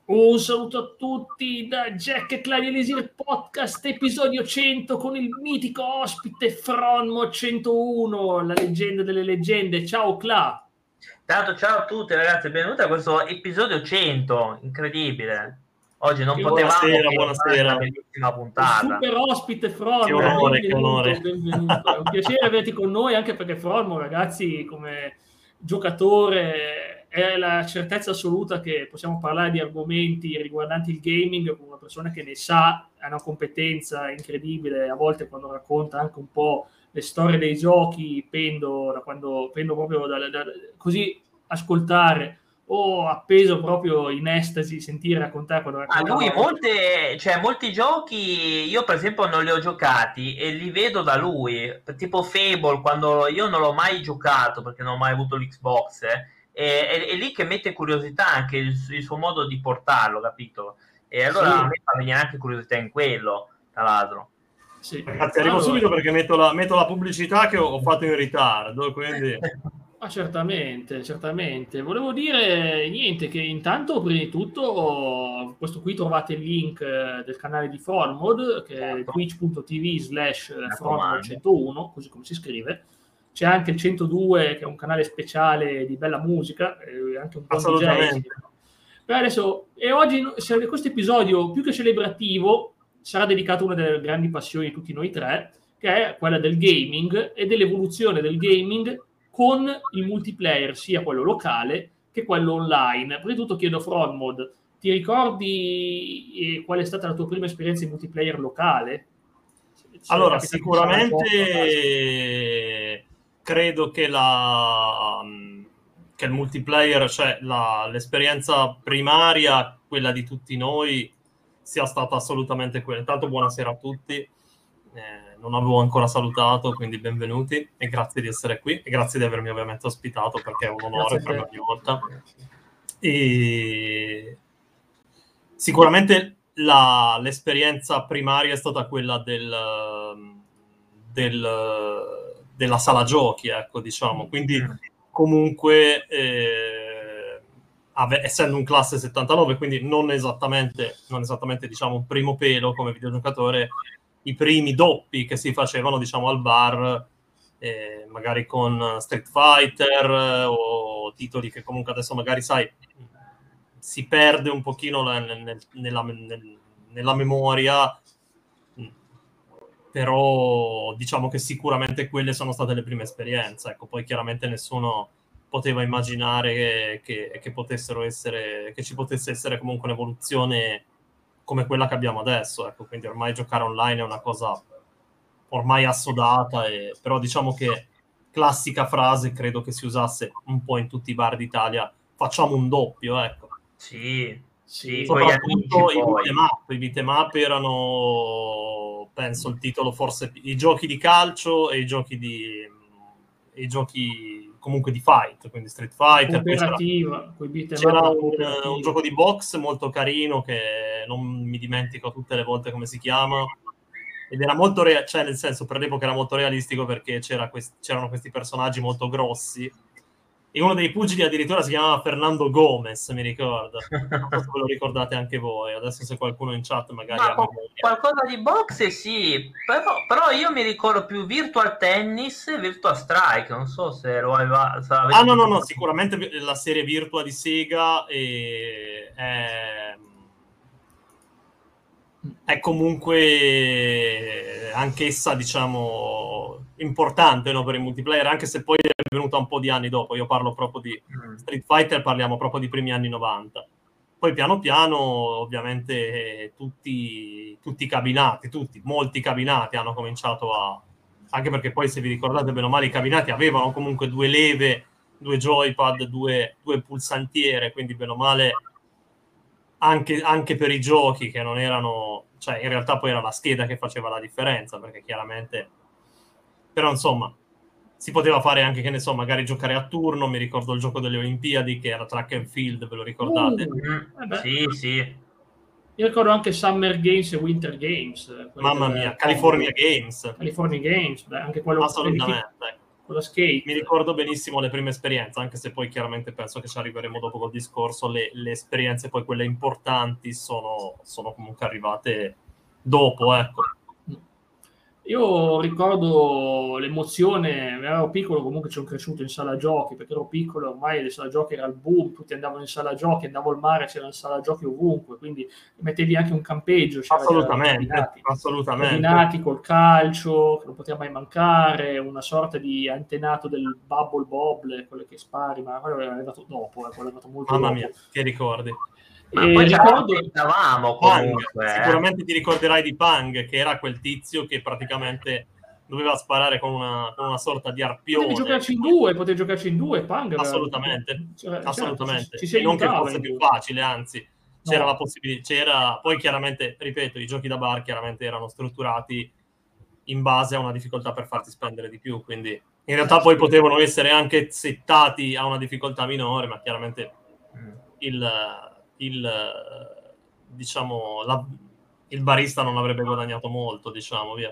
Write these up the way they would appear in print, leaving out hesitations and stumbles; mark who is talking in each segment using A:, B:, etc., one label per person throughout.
A: Un saluto a tutti da Jack e Claudio Elisir Podcast, episodio 100 con il mitico ospite Fronmo 101, la leggenda delle leggende. Ciao Cla.
B: Tanto ciao a tutti ragazzi, benvenuti a questo episodio 100, incredibile. Oggi non
A: Che
B: potevamo che fare
C: Buonasera.
B: una bellissima
A: un
B: puntata.
A: super ospite Fronmo,
C: Che onore,
A: benvenuto. È un piacere averti con noi, anche perché Fronmo, ragazzi, come giocatore è la certezza assoluta che possiamo parlare di argomenti riguardanti il gaming con una persona che ne sa, ha una competenza incredibile. A volte quando racconta anche un po' le storie dei giochi pendo proprio così ascoltare o appeso proprio in estasi sentire raccontare quando racconta
B: Lui molti giochi io per esempio non li ho giocati e li vedo da lui, tipo Fable, quando io non l'ho mai giocato perché non ho mai avuto l'Xbox, è lì che mette curiosità anche il suo modo di portarlo, capito? E allora
A: Sì.
B: a me fa venire anche curiosità in quello, tra l'altro.
A: Sì.
C: Ragazzi, arrivo subito perché metto la pubblicità che ho fatto in ritardo, quindi...
A: Certamente. Volevo dire niente, che intanto prima di tutto questo qui trovate il link del canale di Fronmod, che è
B: Certo.
A: twitch.tv/Fronmod101, così come si scrive. C'è anche il 102, che è un canale speciale di bella musica, anche un buon DJ.
C: Assolutamente.
A: Però adesso, e oggi questo episodio, più che celebrativo, sarà dedicato a una delle grandi passioni di tutti noi tre, che è quella del gaming e dell'evoluzione del gaming con il multiplayer, sia quello locale che quello online. Prima di tutto chiedo a Fronmod, ti ricordi qual è stata la tua prima esperienza in multiplayer locale?
C: Allora, sicuramente credo che il multiplayer, cioè l'esperienza primaria, quella di tutti noi, sia stata assolutamente quella. Intanto buonasera a tutti. Non avevo ancora salutato, quindi benvenuti e grazie di essere qui e grazie di avermi ovviamente ospitato, perché è un onore per me ogni volta. E sicuramente l'esperienza primaria è stata quella della sala giochi, ecco, diciamo. Quindi comunque essendo un classe 79, quindi non esattamente diciamo un primo pelo come videogiocatore, i primi doppi che si facevano, diciamo, al bar, magari con Street Fighter o titoli che comunque adesso magari, sai, si perde un pochino nella memoria, però diciamo che sicuramente quelle sono state le prime esperienze. Ecco, poi chiaramente nessuno poteva immaginare che ci potesse essere comunque un'evoluzione come quella che abbiamo adesso, ecco. Quindi ormai giocare online è una cosa ormai assodata, però diciamo che classica frase credo che si usasse un po' in tutti i bar d'Italia: facciamo un doppio, ecco.
B: Sì,
C: Soprattutto i beat'em up erano, penso, il titolo forse, i giochi di calcio e i giochi comunque di fight, quindi Street Fighter. C'era un gioco di box molto carino che non mi dimentico tutte le volte come si chiama, ed era molto cioè nel senso, per l'epoca era molto realistico perché c'erano questi personaggi molto grossi e uno dei pugili addirittura si chiamava Fernando Gomez, mi ricordo. Non so se ve lo ricordate anche voi. Adesso se qualcuno in chat magari ha
B: qualcosa di box, sì, però io mi ricordo più Virtual Tennis e Virtual Strike, non so se lo aveva...
C: no, sicuramente la serie Virtua di Sega è comunque anch'essa, diciamo, importante, no, per il multiplayer, anche se poi è venuta un po' di anni dopo. Io parlo proprio di Street Fighter, parliamo proprio di primi anni 90. Poi piano piano ovviamente tutti i cabinati, molti cabinati hanno cominciato anche perché poi, se vi ricordate bene o male, i cabinati avevano comunque due leve, due joypad, due pulsantiere, quindi bene o male anche per i giochi che non erano, cioè in realtà poi era la scheda che faceva la differenza, perché chiaramente, però insomma si poteva fare anche, che ne so, magari giocare a turno. Mi ricordo il gioco delle Olimpiadi che era Track and Field, ve lo ricordate?
B: Sì.
A: Io ricordo anche Summer Games e Winter Games.
C: Mamma mia, California Games.
A: California Games, anche quello.
C: Assolutamente.
A: con la skate.
C: Mi ricordo benissimo le prime esperienze, anche se poi chiaramente penso che ci arriveremo dopo col discorso, le esperienze poi quelle importanti sono comunque arrivate dopo, ecco.
A: Io ricordo l'emozione, ero piccolo, comunque ci sono cresciuto in sala giochi, perché ero piccolo, ormai le sala giochi era il boom, tutti andavano in sala giochi, andavo al mare, c'era in sala giochi ovunque, quindi mettevi anche un campeggio, c'era
C: assolutamente.
A: Cabinati col calcio, che non poteva mai mancare, una sorta di antenato del Bubble Bobble, quello che spari, ma quello è arrivato dopo, quello è arrivato molto
C: Mamma
A: dopo.
C: mia, che ricordi.
B: Ma poi ricordo
C: comunque, sicuramente ti ricorderai di Pang, che era quel tizio che praticamente doveva sparare con una sorta di arpione.
A: Potevi giocarci in due, Pang.
C: Assolutamente, assolutamente.
A: Ci
C: e non che fosse più facile, anzi, c'era la possibilità, poi chiaramente, ripeto, i giochi da bar chiaramente erano strutturati in base a una difficoltà per farti spendere di più, quindi in realtà poi potevano essere anche settati a una difficoltà minore, ma chiaramente il barista non avrebbe guadagnato molto, diciamo, via.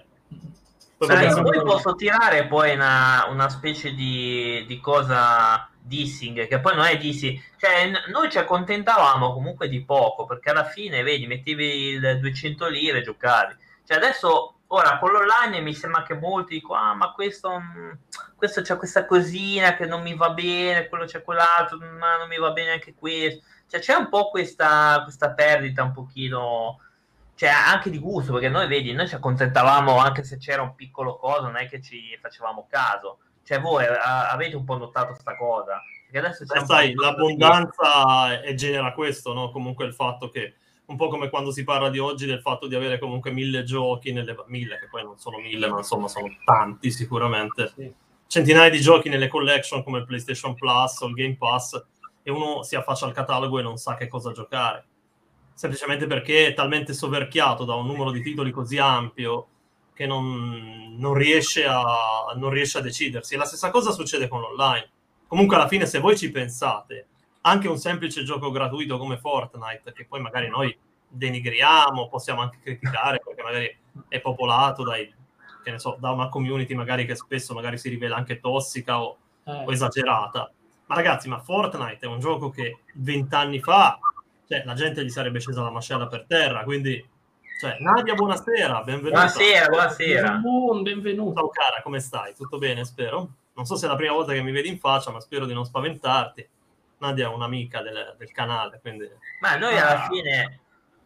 B: Poi posso tirare poi una specie di cosa dissing, che poi non è dissing, cioè noi ci accontentavamo comunque di poco, perché alla fine, vedi, mettevi il 200 lire e giocavi. Cioè adesso, ora con l'online mi sembra che molti dicono, ma questo c'è questa cosina che non mi va bene, quello c'è quell'altro, ma non mi va bene anche questo. Cioè c'è un po' questa perdita un pochino, cioè anche di gusto, perché noi, vedi, noi ci accontentavamo anche se c'era un piccolo cosa, non è che ci facevamo caso. Cioè voi avete un po' notato sta cosa? Perché adesso c'è
C: sai, l'abbondanza genera questo, no? Comunque il fatto che, un po' come quando si parla di oggi, del fatto di avere comunque 1000 giochi, 1000, che poi non sono 1000, ma insomma sono tanti sicuramente.
A: Sì.
C: Centinaia di giochi nelle collection come il PlayStation Plus o il Game Pass, e uno si affaccia al catalogo e non sa che cosa giocare, semplicemente perché è talmente soverchiato da un numero di titoli così ampio che non riesce a decidersi. E la stessa cosa succede con l'online. Comunque alla fine, se voi ci pensate, anche un semplice gioco gratuito come Fortnite, che poi magari noi denigriamo, possiamo anche criticare perché magari è popolato da una community magari che spesso magari si rivela anche tossica o esagerata. Ma ragazzi, ma Fortnite è un gioco che 20 anni fa, cioè, la gente gli sarebbe scesa la mascella per terra, quindi, cioè, Nadia, buonasera, benvenuta.
B: Buonasera.
A: Benvenuta.
C: Ciao cara, come stai? Tutto bene, spero? Non so se è la prima volta che mi vedi in faccia, ma spero di non spaventarti. Nadia è un'amica del canale, quindi...
B: Ma noi alla fine,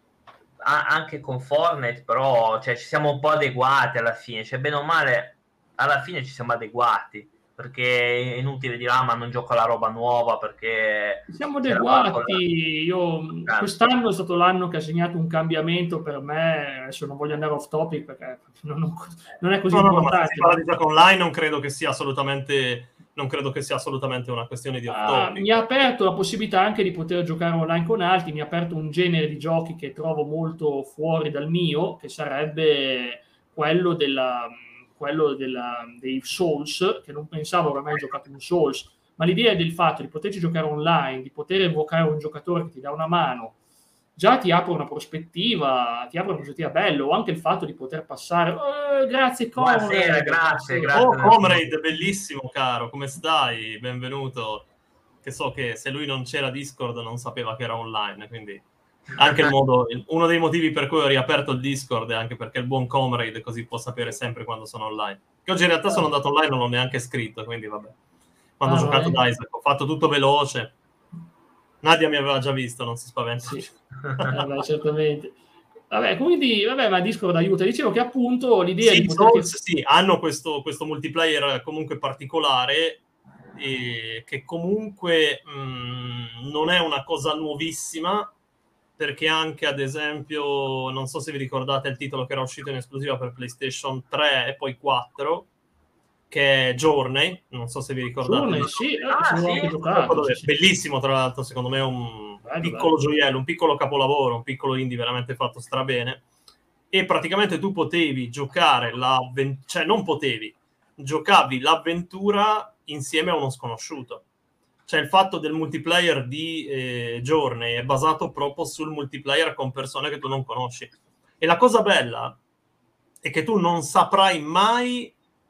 B: anche con Fortnite, però, cioè, ci siamo un po' adeguati alla fine, cioè, bene o male, alla fine ci siamo adeguati, perché è inutile dire, ma non gioco alla roba nuova, perché...
A: Siamo adeguati. Quest'anno è stato l'anno che ha segnato un cambiamento per me. Adesso non voglio andare off topic perché non è così importante.
C: Ma se si parla di gioco online non credo che sia assolutamente una questione di off topic.
A: Mi ha aperto la possibilità anche di poter giocare online con altri, mi ha aperto un genere di giochi che trovo molto fuori dal mio, che sarebbe quello dei Souls, che non pensavo avrei mai giocato un Souls, ma l'idea del fatto di poterci giocare online, di poter evocare un giocatore che ti dà una mano, già ti apre una prospettiva bella, o anche il fatto di poter passare, grazie
B: Comrade. Grazie.
C: Oh Comrade, bellissimo caro, come stai? Benvenuto. Che so che se lui non c'era Discord non sapeva che era online, quindi... Anche uno dei motivi per cui ho riaperto il Discord è anche perché il buon Comrade così può sapere sempre quando sono online. Che oggi in realtà sono andato online, non l'ho neanche scritto, quindi vabbè. Quando ho giocato da Isaac ho fatto tutto veloce. Nadia mi aveva già visto, non si spaventa.
A: Sì. Vabbè, certamente. Quindi ma Discord aiuta. Dicevo che appunto l'idea di poter...
C: hanno questo multiplayer comunque particolare, che comunque non è una cosa nuovissima, perché anche, ad esempio, non so se vi ricordate il titolo che era uscito in esclusiva per PlayStation 3 e poi 4, che è Journey, non so se vi ricordate.
A: Journey, sì. Giocato, sì.
C: Bellissimo, tra l'altro, secondo me è un piccolo gioiello, un piccolo capolavoro, un piccolo indie veramente fatto strabene. E praticamente tu potevi giocare cioè non potevi, giocavi l'avventura insieme a uno sconosciuto. Cioè il fatto del multiplayer di Journey è basato proprio sul multiplayer con persone che tu non conosci. E la cosa bella è che tu non saprai mai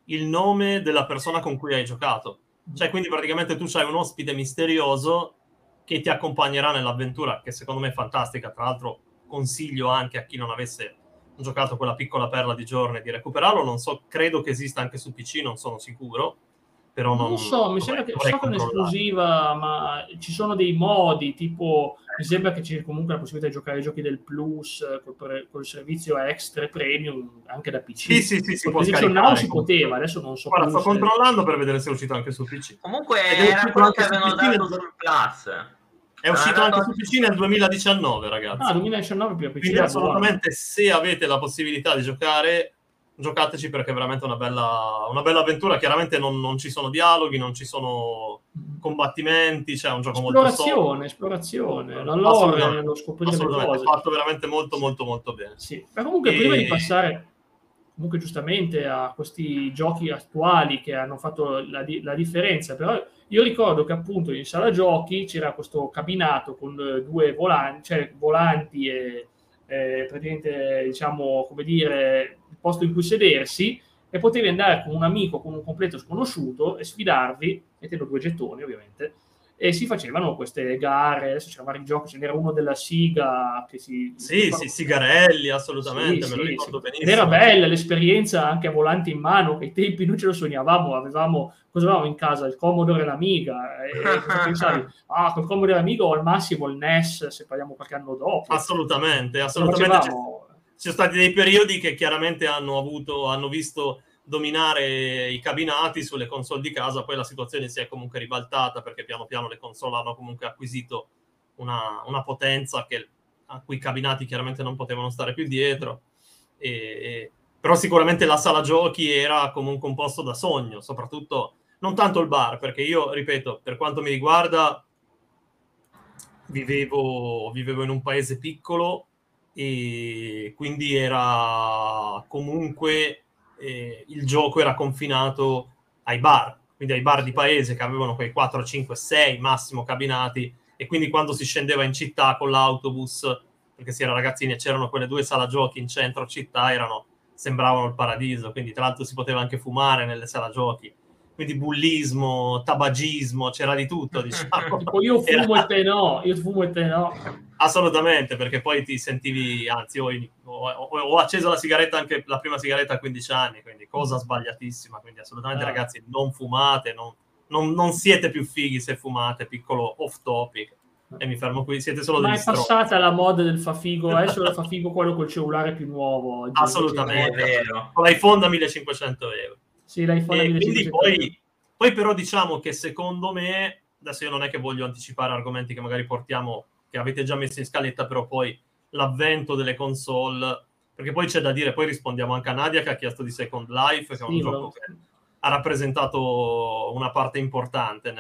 C: il nome della persona con cui hai giocato. Cioè, quindi praticamente tu c'hai un ospite misterioso che ti accompagnerà nell'avventura, che secondo me è fantastica. Tra l'altro consiglio anche a chi non avesse giocato quella piccola perla di giorni di recuperarlo. Non so, credo che esista anche su PC, non sono sicuro, però
A: Non lo so, mi sembra che so che è un'esclusiva, ma ci sono dei modi, tipo mi sembra che c'è comunque la possibilità di giocare ai giochi del Plus col servizio extra e premium anche da PC.
C: Sì, si può
A: PlayStation
C: scaricare.
A: Now si poteva, adesso non so.
C: Guarda, sto controllando per vedere se è uscito anche su PC.
B: Comunque era quello che avevano dato sul Plus.
C: È uscito anche su PC nel 2019, ragazzi.
A: 2019 più PC.
C: Quindi assolutamente, se avete la possibilità di giocare, giocateci, perché è veramente una bella avventura. Chiaramente non ci sono dialoghi, non ci sono combattimenti, c'è un gioco molto
A: esplorazione, la lore, lo scoprire le cose.
C: È fatto veramente molto bene.
A: Sì, ma comunque prima di passare comunque giustamente a questi giochi attuali che hanno fatto la differenza, però io ricordo che appunto in sala giochi c'era questo cabinato con due volanti e praticamente, diciamo, come dire, il posto in cui sedersi, e potevi andare con un amico, con un completo sconosciuto, e sfidarvi, mettendo 2 gettoni ovviamente, e si facevano queste gare. Adesso c'erano vari giochi, ce n'era uno della Siga che
C: Sigarelli, assolutamente, me lo ricordo benissimo.
A: Ed era bella l'esperienza anche a volante in mano, che ai tempi noi ce lo sognavamo, cosa avevamo in casa? Il Commodore e l'Amiga, e cosa pensavi? Col Commodore e l'Amiga o al massimo il NES, se parliamo qualche anno dopo.
C: Assolutamente. Ci sono stati dei periodi che chiaramente hanno visto dominare i cabinati sulle console di casa. Poi la situazione si è comunque ribaltata, perché piano piano le console hanno comunque acquisito una potenza a cui i cabinati chiaramente non potevano stare più dietro, però sicuramente la sala giochi era comunque un posto da sogno, soprattutto non tanto il bar, perché io, ripeto, per quanto mi riguarda, vivevo in un paese piccolo, e quindi era comunque il gioco era confinato ai bar, quindi ai bar di paese che avevano quei 4, 5, 6 massimo cabinati, e quindi quando si scendeva in città con l'autobus, perché si era ragazzini e c'erano quelle 2 sala giochi in centro città, sembravano il paradiso. Quindi tra l'altro si poteva anche fumare nelle sala giochi, quindi bullismo, tabagismo, c'era di tutto, diciamo.
A: Tipo io fumo e te no.
C: Assolutamente, perché poi ti sentivi, anzi ho acceso la sigaretta, anche la prima sigaretta a 15 anni, quindi cosa sbagliatissima. Quindi assolutamente ragazzi, non fumate, non siete più fighi se fumate, piccolo off topic, e mi fermo qui, siete solo degli stronzi.
A: Ma è passata la moda del fa figo, adesso lo fa figo quello col cellulare più nuovo oggi.
C: Assolutamente, è vero. Con l'iPhone da 1500 euro.
A: Sì, l'iPhone da 1500
C: euro. Poi però diciamo che secondo me, adesso io non è che voglio anticipare argomenti che magari portiamo, che avete già messo in scaletta, però poi l'avvento delle console, perché poi c'è da dire, poi rispondiamo anche a Nadia che ha chiesto di Second Life, che è un gioco che ha rappresentato una parte importante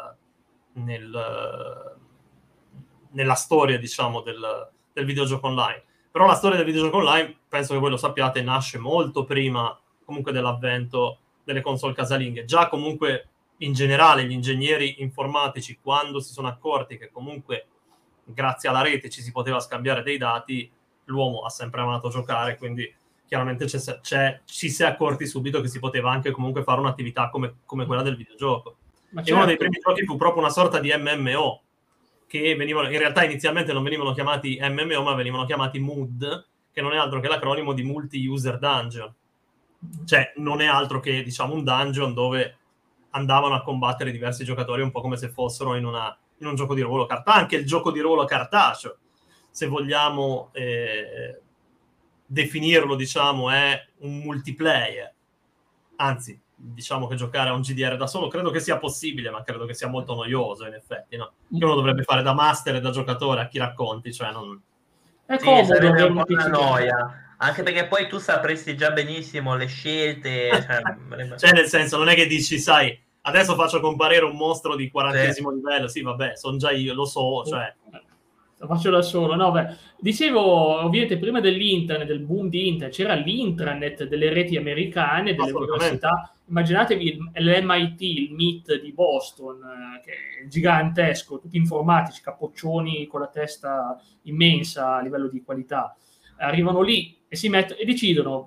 C: nella storia, diciamo, del videogioco online. Però la storia del videogioco online, penso che voi lo sappiate, nasce molto prima comunque dell'avvento delle console casalinghe. Già comunque in generale gli ingegneri informatici, quando si sono accorti che comunque grazie alla rete ci si poteva scambiare dei dati, l'uomo ha sempre amato giocare, quindi chiaramente ci si è accorti subito che si poteva anche comunque fare un'attività come quella del videogioco. E uno dei primi giochi fu proprio una sorta di MMO, che venivano, in realtà inizialmente non venivano chiamati MMO, ma venivano chiamati MUD, che non è altro che l'acronimo di Multi-User Dungeon. Cioè non è altro che, diciamo, un dungeon dove andavano a combattere diversi giocatori, un po' come se fossero in un gioco di ruolo cartaceo. Anche il gioco di ruolo cartaceo, se vogliamo definirlo, diciamo, è un multiplayer. Anzi, diciamo che giocare a un GDR da solo credo che sia possibile, ma credo che sia molto noioso, in effetti, no? Che uno dovrebbe fare da master e da giocatore a chi racconti, cioè non...
A: È comodo,
B: sarebbe un po' una noia. Anche perché poi tu sapresti già benissimo le scelte.
C: Cioè, nel senso, non è che dici, sai, adesso faccio comparire un mostro di 40° livello. Sì, vabbè, sono già io, lo so, cioè...
A: Lo faccio da solo, no? Beh, dicevo, ovviamente, prima dell'internet, del boom di internet, c'era l'intranet delle reti americane, delle università. Immaginatevi l'MIT, il MIT di Boston, che è gigantesco, tutti informatici, capoccioni con la testa immensa a livello di qualità. Arrivano lì e si mettono e decidono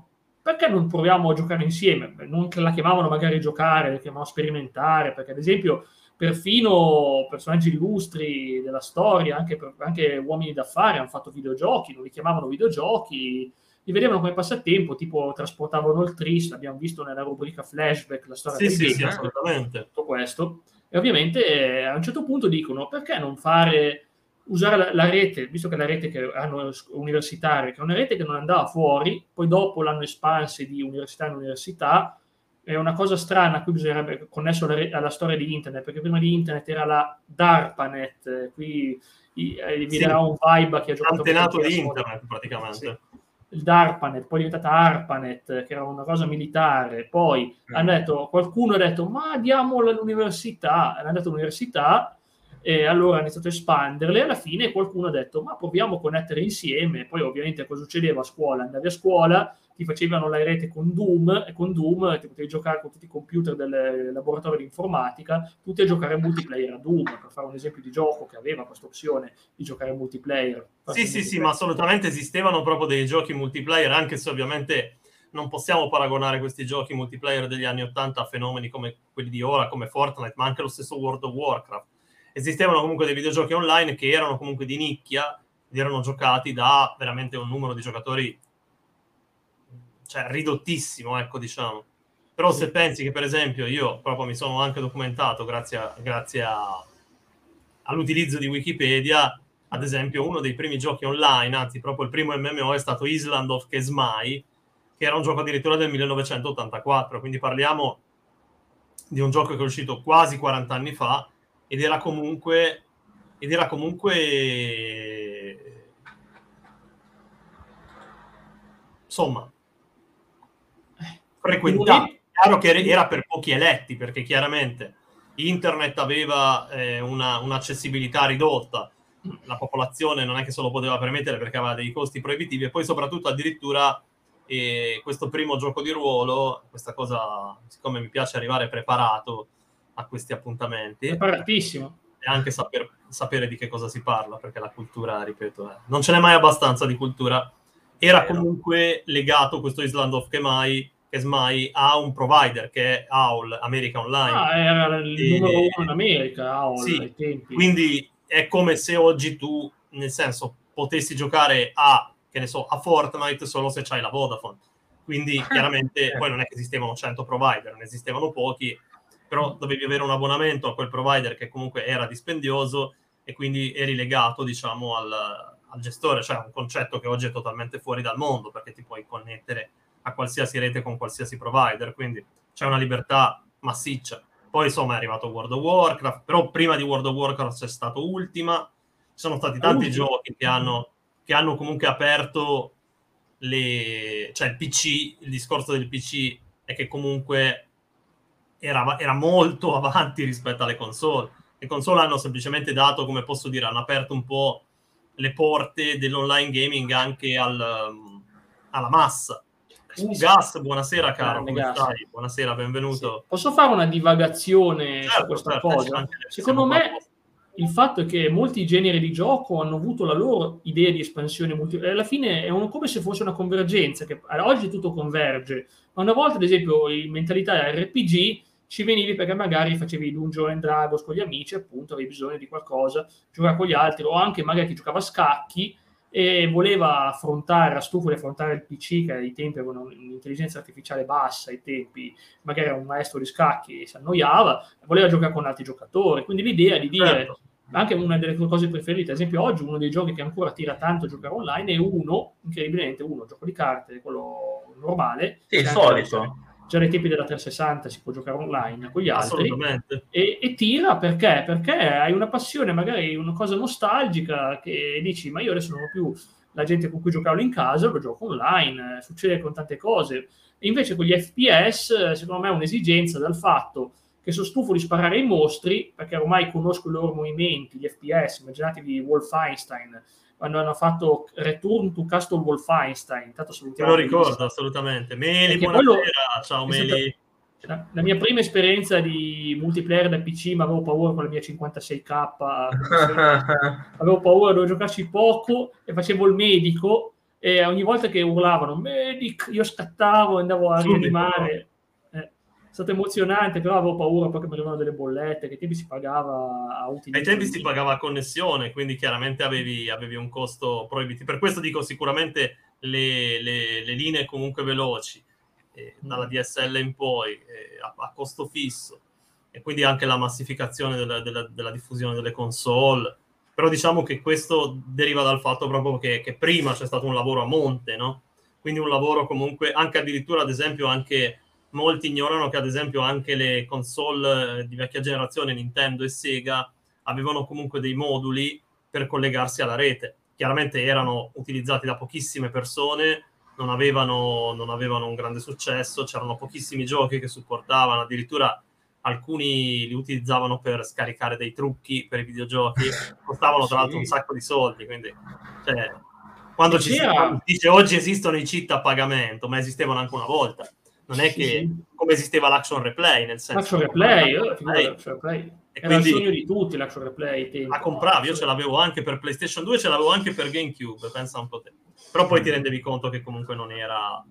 A: perché non proviamo a giocare insieme? Non la chiamavano magari giocare, la chiamavano sperimentare, perché ad esempio perfino personaggi illustri della storia, anche uomini d'affari hanno fatto videogiochi, non li chiamavano videogiochi, li vedevano come passatempo, tipo trasportavano il tris, l'abbiamo visto nella rubrica flashback, la storia del game,
C: assolutamente.
A: Tutto questo. E ovviamente a un certo punto dicono, perché non usare la rete, visto che la rete che hanno universitaria, che è una rete che non andava fuori, poi dopo l'hanno espansi di università in università, è una cosa strana a cui bisognerebbe connesso alla storia di internet, perché prima di internet era la DARPANET, qui vi darà un vibe a chi ha giocato
C: antenato di internet praticamente.
A: Sì. Il DARPANET, poi è diventata ARPANET, che era una cosa militare, poi qualcuno ha detto ma diamola all'università, hanno dato all'università e allora hanno iniziato a espanderle, alla fine qualcuno ha detto ma proviamo a connettere insieme, poi ovviamente cosa succedeva a scuola? Andavi a scuola, ti facevano la rete con Doom, e con Doom ti potevi giocare con tutti i computer del laboratorio di informatica, tutti a giocare multiplayer a Doom, per fare un esempio di gioco che aveva questa opzione di giocare multiplayer.
C: Sì, ma assolutamente esistevano proprio dei giochi multiplayer, anche se ovviamente non possiamo paragonare questi giochi multiplayer degli anni 80 a fenomeni come quelli di ora, come Fortnite, ma anche lo stesso World of Warcraft. Esistevano comunque dei videogiochi online che erano comunque di nicchia ed erano giocati da veramente un numero di giocatori ridottissimo, ecco, diciamo. Però se pensi che, per esempio, io proprio mi sono anche documentato grazie all'utilizzo di Wikipedia, ad esempio uno dei primi giochi online, anzi proprio il primo MMO, è stato Island of Kesmai, che era un gioco addirittura del 1984, quindi parliamo di un gioco che è uscito quasi 40 anni fa ed era comunque insomma frequentato. Chiaro che era per pochi eletti, perché chiaramente internet aveva un'accessibilità ridotta, la popolazione non è che se lo poteva permettere perché aveva dei costi proibitivi, e poi soprattutto addirittura questo primo gioco di ruolo, questa cosa, siccome mi piace arrivare preparato a questi appuntamenti,
A: preparatissimo,
C: e anche sapere di che cosa si parla, perché la cultura, ripeto, non ce n'è mai abbastanza di cultura, era comunque legato questo Island of Kesmai a un provider che è AOL, America Online.
A: Era il numero uno in America, AOL,
C: sì,
A: ai tempi.
C: Quindi è come se oggi tu, nel senso, potessi giocare a Fortnite solo se c'hai la Vodafone. Quindi chiaramente poi non è che esistevano 100 provider, ne esistevano pochi, però dovevi avere un abbonamento a quel provider che comunque era dispendioso e quindi eri legato, diciamo, al gestore, cioè un concetto che oggi è totalmente fuori dal mondo, perché ti puoi connettere a qualsiasi rete con qualsiasi provider, quindi c'è una libertà massiccia. Poi insomma è arrivato World of Warcraft, però prima di World of Warcraft c'è stato Ultima, ci sono stati tanti giochi che hanno comunque aperto il PC, il discorso del PC è che comunque era molto avanti rispetto alle console. Le console hanno semplicemente dato, come posso dire, hanno aperto un po' le porte dell'online gaming anche alla massa. Gas, buonasera caro, come stai? Buonasera, benvenuto.
A: Sì. Posso fare una divagazione su questa cosa? Secondo me il fatto è che molti generi di gioco hanno avuto la loro idea di espansione alla fine è come se fosse una convergenza, che oggi tutto converge, ma una volta, ad esempio, in mentalità RPG ci venivi perché magari facevi Dungeons and Dragons con gli amici, appunto, avevi bisogno di qualcosa, giocare con gli altri, o anche magari chi giocava a scacchi e voleva era stufo di affrontare il PC, che ai tempi aveva un'intelligenza artificiale bassa, ai tempi magari era un maestro di scacchi e si annoiava, voleva giocare con altri giocatori, quindi l'idea di dire, anche una delle cose preferite, ad esempio oggi uno dei giochi che ancora tira tanto a giocare online è incredibilmente uno, gioco di carte, quello normale,
B: sì, il solito.
A: Già nei tempi della 360 si può giocare online con gli altri e tira perché hai una passione, magari una cosa nostalgica che dici ma io adesso non ho più la gente con cui giocavo in casa, lo gioco online, succede con tante cose. E invece con gli FPS secondo me è un'esigenza dal fatto che sono stufo di sparare ai mostri, perché ormai conosco i loro movimenti, gli FPS, immaginatevi Wolfenstein, quando hanno fatto Return to Castle Wolfenstein. Intanto
C: me lo ricordo assolutamente. Meli, buonasera, ciao Meli.
A: La mia prima esperienza di multiplayer da PC, ma avevo paura con la mia 56k, avevo paura, dovevo giocarci poco e facevo il medico e ogni volta che urlavano medic io scattavo e andavo a rianimare. È stato emozionante, però avevo paura poi che mi arrivavano delle bollette, che ai tempi si pagava a utilizzo.
C: Ai tempi si pagava a connessione, quindi chiaramente avevi un costo proibitivo. Per questo dico sicuramente le linee comunque veloci, dalla DSL in poi, a costo fisso, e quindi anche la massificazione della diffusione delle console. Però diciamo che questo deriva dal fatto proprio che prima c'è stato un lavoro a monte, no? Quindi un lavoro comunque, anche addirittura ad esempio anche molti ignorano che ad esempio anche le console di vecchia generazione, Nintendo e Sega, avevano comunque dei moduli per collegarsi alla rete. Chiaramente erano utilizzati da pochissime persone, non avevano un grande successo, c'erano pochissimi giochi che supportavano, addirittura alcuni li utilizzavano per scaricare dei trucchi per i videogiochi, costavano tra l'altro un sacco di soldi, quindi cioè, quando si dice oggi esistono i cheat a pagamento, ma esistevano anche una volta. Non è che come esisteva l'action replay, nel senso
A: l'action replay era quindi, il sogno di tutti l'action replay.
C: La compravi, io ce l'avevo anche per PlayStation 2, ce l'avevo anche per GameCube, pensa un po' te. Però poi ti rendevi conto che comunque non era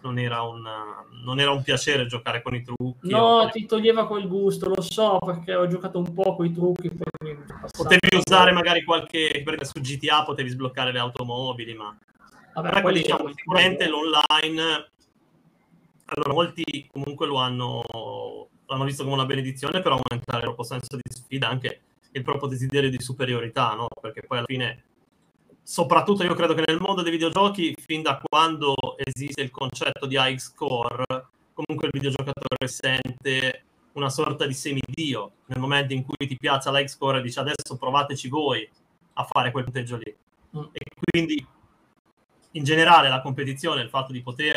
C: un piacere giocare con i trucchi.
A: No, ti toglieva quel gusto, lo so, perché ho giocato un po' con i trucchi.
C: Potevi usare magari perché su GTA potevi sbloccare le automobili, ma ecco, diciamo, sicuramente l'online, allora molti comunque l'hanno visto come una benedizione per aumentare il proprio senso di sfida, anche il proprio desiderio di superiorità, no? Perché poi alla fine, soprattutto io credo che nel mondo dei videogiochi, fin da quando esiste il concetto di high score, comunque il videogiocatore sente una sorta di semidio nel momento in cui ti piazza l'high score e dice adesso provateci voi a fare quel punteggio lì. E quindi in generale la competizione, il fatto di poter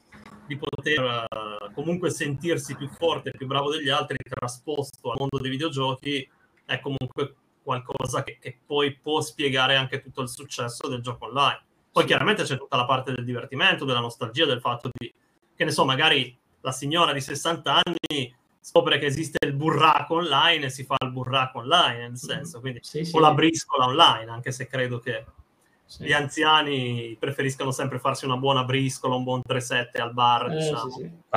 C: comunque sentirsi più forte, più bravo degli altri, trasposto al mondo dei videogiochi, è comunque qualcosa che poi può spiegare anche tutto il successo del gioco online. Poi chiaramente c'è tutta la parte del divertimento, della nostalgia, del fatto di, che ne so, magari la signora di 60 anni scopre che esiste il burraco online e si fa il burraco online, nel senso, quindi o la briscola online, anche se credo che gli anziani preferiscono sempre farsi una buona briscola, un buon 3-7 al bar, diciamo.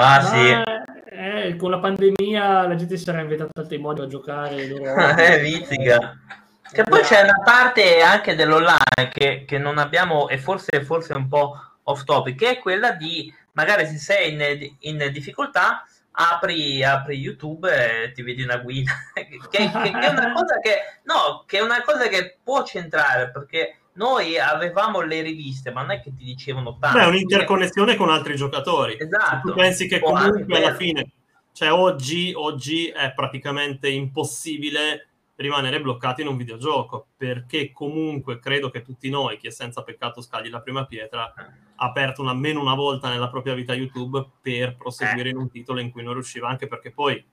A: Con la pandemia la gente si sarà inventata altri modi a giocare.
B: Vizzica. Che poi c'è una parte anche dell'online che non abbiamo, e forse un po' off topic, che è quella di magari se sei in difficoltà apri YouTube e ti vedi una guida che è una cosa che è una cosa che può centrare, perché noi avevamo le riviste, ma non è che ti dicevano tanto.
C: Beh, è un'interconnessione con altri giocatori.
B: Esatto.
C: Se tu pensi che comunque alla fine, cioè oggi è praticamente impossibile rimanere bloccati in un videogioco, perché comunque credo che tutti noi, chi è senza peccato scagli la prima pietra, ha aperto almeno una volta nella propria vita YouTube per proseguire in un titolo in cui non riusciva, anche perché poi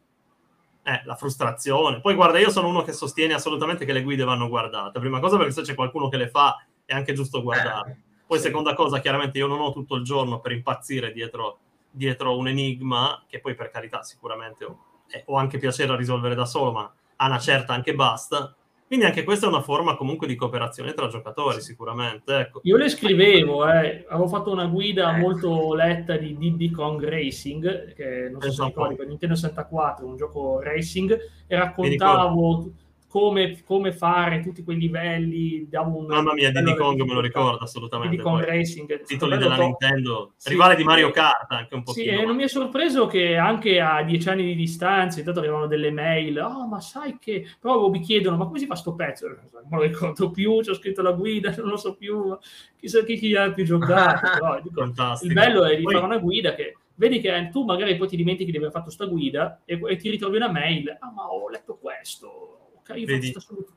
C: la frustrazione. Poi guarda, io sono uno che sostiene assolutamente che le guide vanno guardate. Prima cosa perché se c'è qualcuno che le fa è anche giusto guardare. Poi seconda cosa, chiaramente io non ho tutto il giorno per impazzire dietro un enigma, che poi per carità sicuramente ho anche piacere a risolvere da solo, ma a una certa anche basta. Quindi anche questa è una forma comunque di cooperazione tra giocatori, sicuramente. Ecco.
A: Io le scrivevo, avevo fatto una guida molto letta di Diddy Kong Racing, che non so se ricordi, per Nintendo 64, un gioco racing, e raccontavo come fare tutti quei livelli.
C: Mamma mia, Diddy Kong me lo ricordo assolutamente.
A: Diddy Kong Racing,
C: titoli della Nintendo, rivale di Mario Kart anche un pochino.
A: Sì, e non mi è sorpreso che anche a 10 anni di distanza intanto arrivavano delle mail, ma sai che proprio mi chiedono, ma come si fa sto pezzo? Non lo ricordo più, c'ho scritto la guida, non lo so più, chissà chi ha più giocato. Però, dico, il bello è di fare una guida che vedi che tu magari poi ti dimentichi di aver fatto sta guida e ti ritrovi una mail, ma ho letto questo.
C: Vedi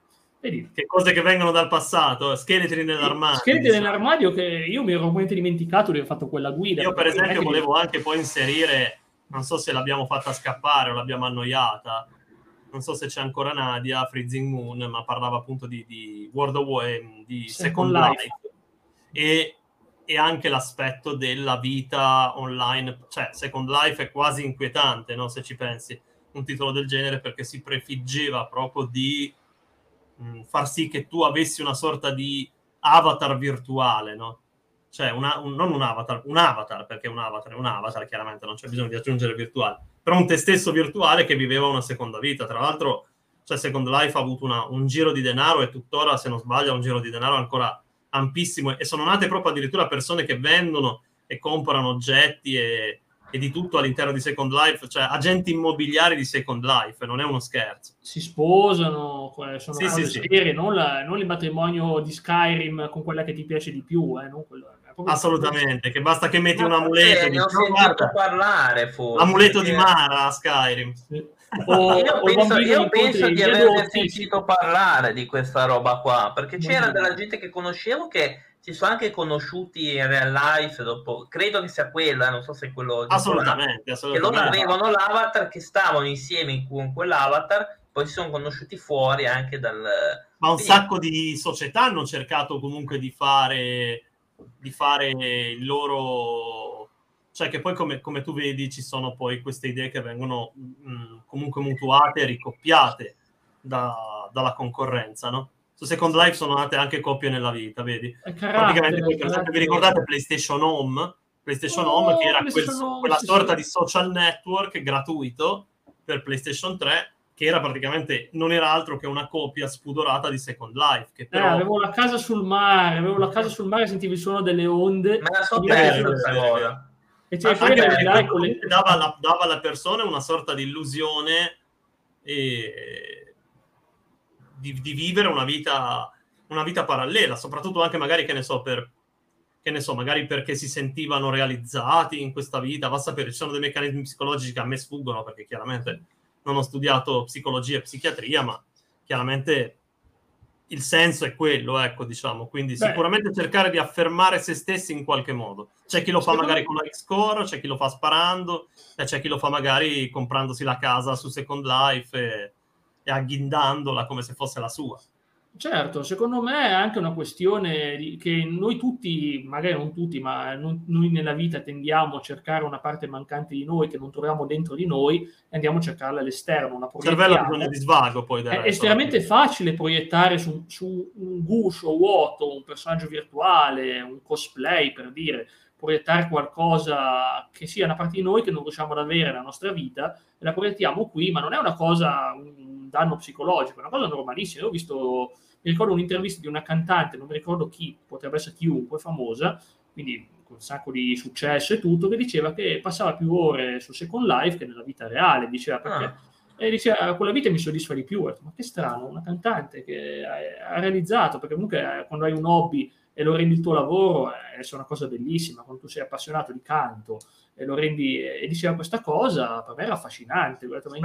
C: che cose che vengono dal passato, scheletri
A: nell'armadio che io mi ero veramente dimenticato di aver fatto quella guida.
C: Io per esempio volevo anche poi inserire, non so se l'abbiamo fatta scappare o l'abbiamo annoiata, non so se c'è ancora Nadia, Freezing Moon, ma parlava appunto di World of War, di Second Life e anche l'aspetto della vita online, cioè Second Life è quasi inquietante, no? Se ci pensi, un titolo del genere, perché si prefiggeva proprio di far sì che tu avessi una sorta di avatar virtuale, no? cioè non un avatar, perché un avatar è un avatar, chiaramente non c'è bisogno di aggiungere virtuale, però un te stesso virtuale che viveva una seconda vita. Tra l'altro, cioè, Second Life ha avuto un giro di denaro, e tuttora, se non sbaglio, ha un giro di denaro ancora ampissimo, e sono nate proprio addirittura persone che vendono e comprano oggetti e di tutto all'interno di Second Life, cioè agenti immobiliari di Second Life, non è uno scherzo.
A: Si sposano, sono
C: Sì,
A: cose
C: sì, sì.
A: serie, non il matrimonio di Skyrim con quella che ti piace di più, non quello,
C: assolutamente, che basta che metti un amuleto,
B: ne ho sentito parlare, forse
C: l'amuleto di Mara a Skyrim.
A: Sì.
B: Io penso di averne sentito parlare di questa roba qua, perché c'era della gente che conoscevo che si sono anche conosciuti in real life dopo, credo che sia quella, non so se è quello
C: assolutamente.
B: che loro avevano l'avatar, che stavano insieme con quell'avatar, poi si sono conosciuti fuori anche dal...
C: Ma un sacco di società hanno cercato comunque di fare il loro... Cioè che poi, come tu vedi, ci sono poi queste idee che vengono comunque mutuate e ricoppiate dalla concorrenza, no? Su Second Life sono nate anche coppie nella vita, vedi? Praticamente voi, per esempio, vi ricordate PlayStation Home? PlayStation Home, che era quella sorta di social network gratuito per PlayStation 3, che era praticamente, non era altro che una copia spudorata di Second Life. Che però...
A: avevo la casa sul mare, sentivi il suono delle onde.
B: Me la so persa questa cosa.
A: E
C: dava alla persona una sorta di illusione di vivere una vita parallela, soprattutto anche magari, magari perché si sentivano realizzati in questa vita. Va a sapere, ci sono dei meccanismi psicologici che a me sfuggono, perché chiaramente non ho studiato psicologia e psichiatria, ma chiaramente il senso è quello, ecco, diciamo. Quindi sicuramente cercare di affermare se stessi in qualche modo. C'è chi lo fa magari con la X-Core, c'è chi lo fa sparando, e c'è chi lo fa magari comprandosi la casa su Second Life e agghindandola come se fosse la sua.
A: Certo, secondo me è anche una questione che noi tutti, magari non tutti, ma noi nella vita tendiamo a cercare una parte mancante di noi che non troviamo dentro di noi, e andiamo a cercarla all'esterno.
C: Il cervello ha bisogno di svago, poi.
A: È estremamente facile proiettare su un guscio vuoto un personaggio virtuale, un cosplay, per dire, proiettare qualcosa che sia una parte di noi che non riusciamo ad avere nella nostra vita, e la proiettiamo qui, ma non è una cosa, un danno psicologico, è una cosa normalissima. Io ho visto, mi ricordo un'intervista di una cantante, non mi ricordo chi, potrebbe essere chiunque, famosa, quindi con un sacco di successo e tutto, che diceva che passava più ore su Second Life che nella vita reale, diceva, perché e diceva, quella vita mi soddisfa di più. Ma che strano, una cantante che ha realizzato, perché comunque quando hai un hobby e lo rendi il tuo lavoro, è una cosa bellissima. Quando tu sei appassionato di canto e lo rendi, e diceva questa cosa, per me era affascinante.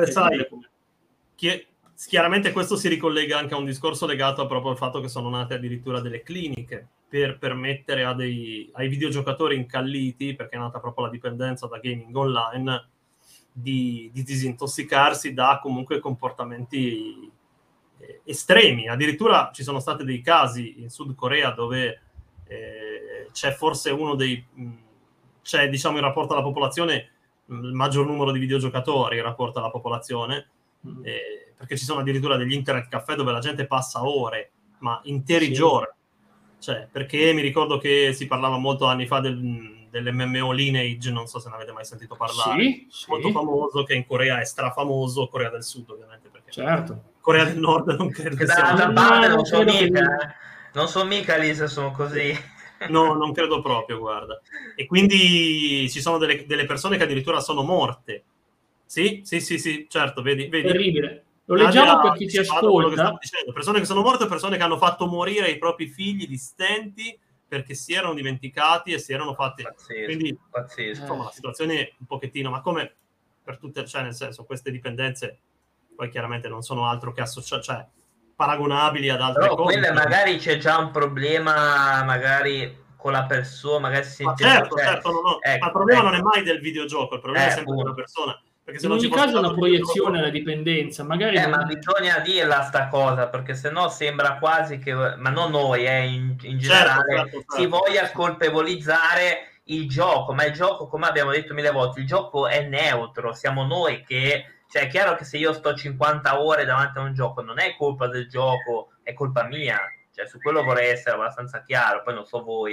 C: Chiaramente questo si ricollega anche a un discorso legato proprio al fatto che sono nate addirittura delle cliniche per permettere ai videogiocatori incalliti, perché è nata proprio la dipendenza da gaming online, di disintossicarsi da comunque comportamenti estremi. Addirittura ci sono stati dei casi in Sud Corea dove c'è forse c'è, diciamo, in rapporto alla popolazione il maggior numero di videogiocatori in rapporto alla popolazione, perché ci sono addirittura degli internet caffè dove la gente passa ore, ma interi giorni. Cioè, perché mi ricordo che si parlava molto anni fa dell'MMO Lineage, non so se ne avete mai sentito parlare, molto famoso, che in Corea è strafamoso, Corea del Sud ovviamente, perché Corea del Nord non credo che sia...
B: Non so mica lì se sono così.
C: No, non credo proprio, guarda. E quindi ci sono delle persone che addirittura sono morte. Sì, certo, vedi.
A: Terribile. Lo leggiamo per chi ci ascolta.
C: Persone che sono morte, persone che hanno fatto morire i propri figli di stenti perché si erano dimenticati e si erano fatti... Quindi, insomma, la situazione è un pochettino... Ma come per tutte... Cioè, nel senso, queste dipendenze poi chiaramente non sono altro che cioè, paragonabili ad altre cose.
B: Quelle magari c'è già un problema, magari con la persona, magari si sente...
C: Certo, no. Ma il problema non è mai del videogioco, il problema è sempre della persona. Perché se
A: in ogni caso è una proiezione alla dipendenza, magari
B: ma bisogna dirla sta cosa, perché sennò sembra quasi che, ma non noi, in generale, certo. Si voglia colpevolizzare il gioco, ma il gioco, come abbiamo detto mille volte, il gioco è neutro, siamo noi che... Cioè è chiaro che se io sto 50 ore davanti a un gioco non è colpa del gioco, è colpa mia. Cioè su quello vorrei essere abbastanza chiaro, poi non so voi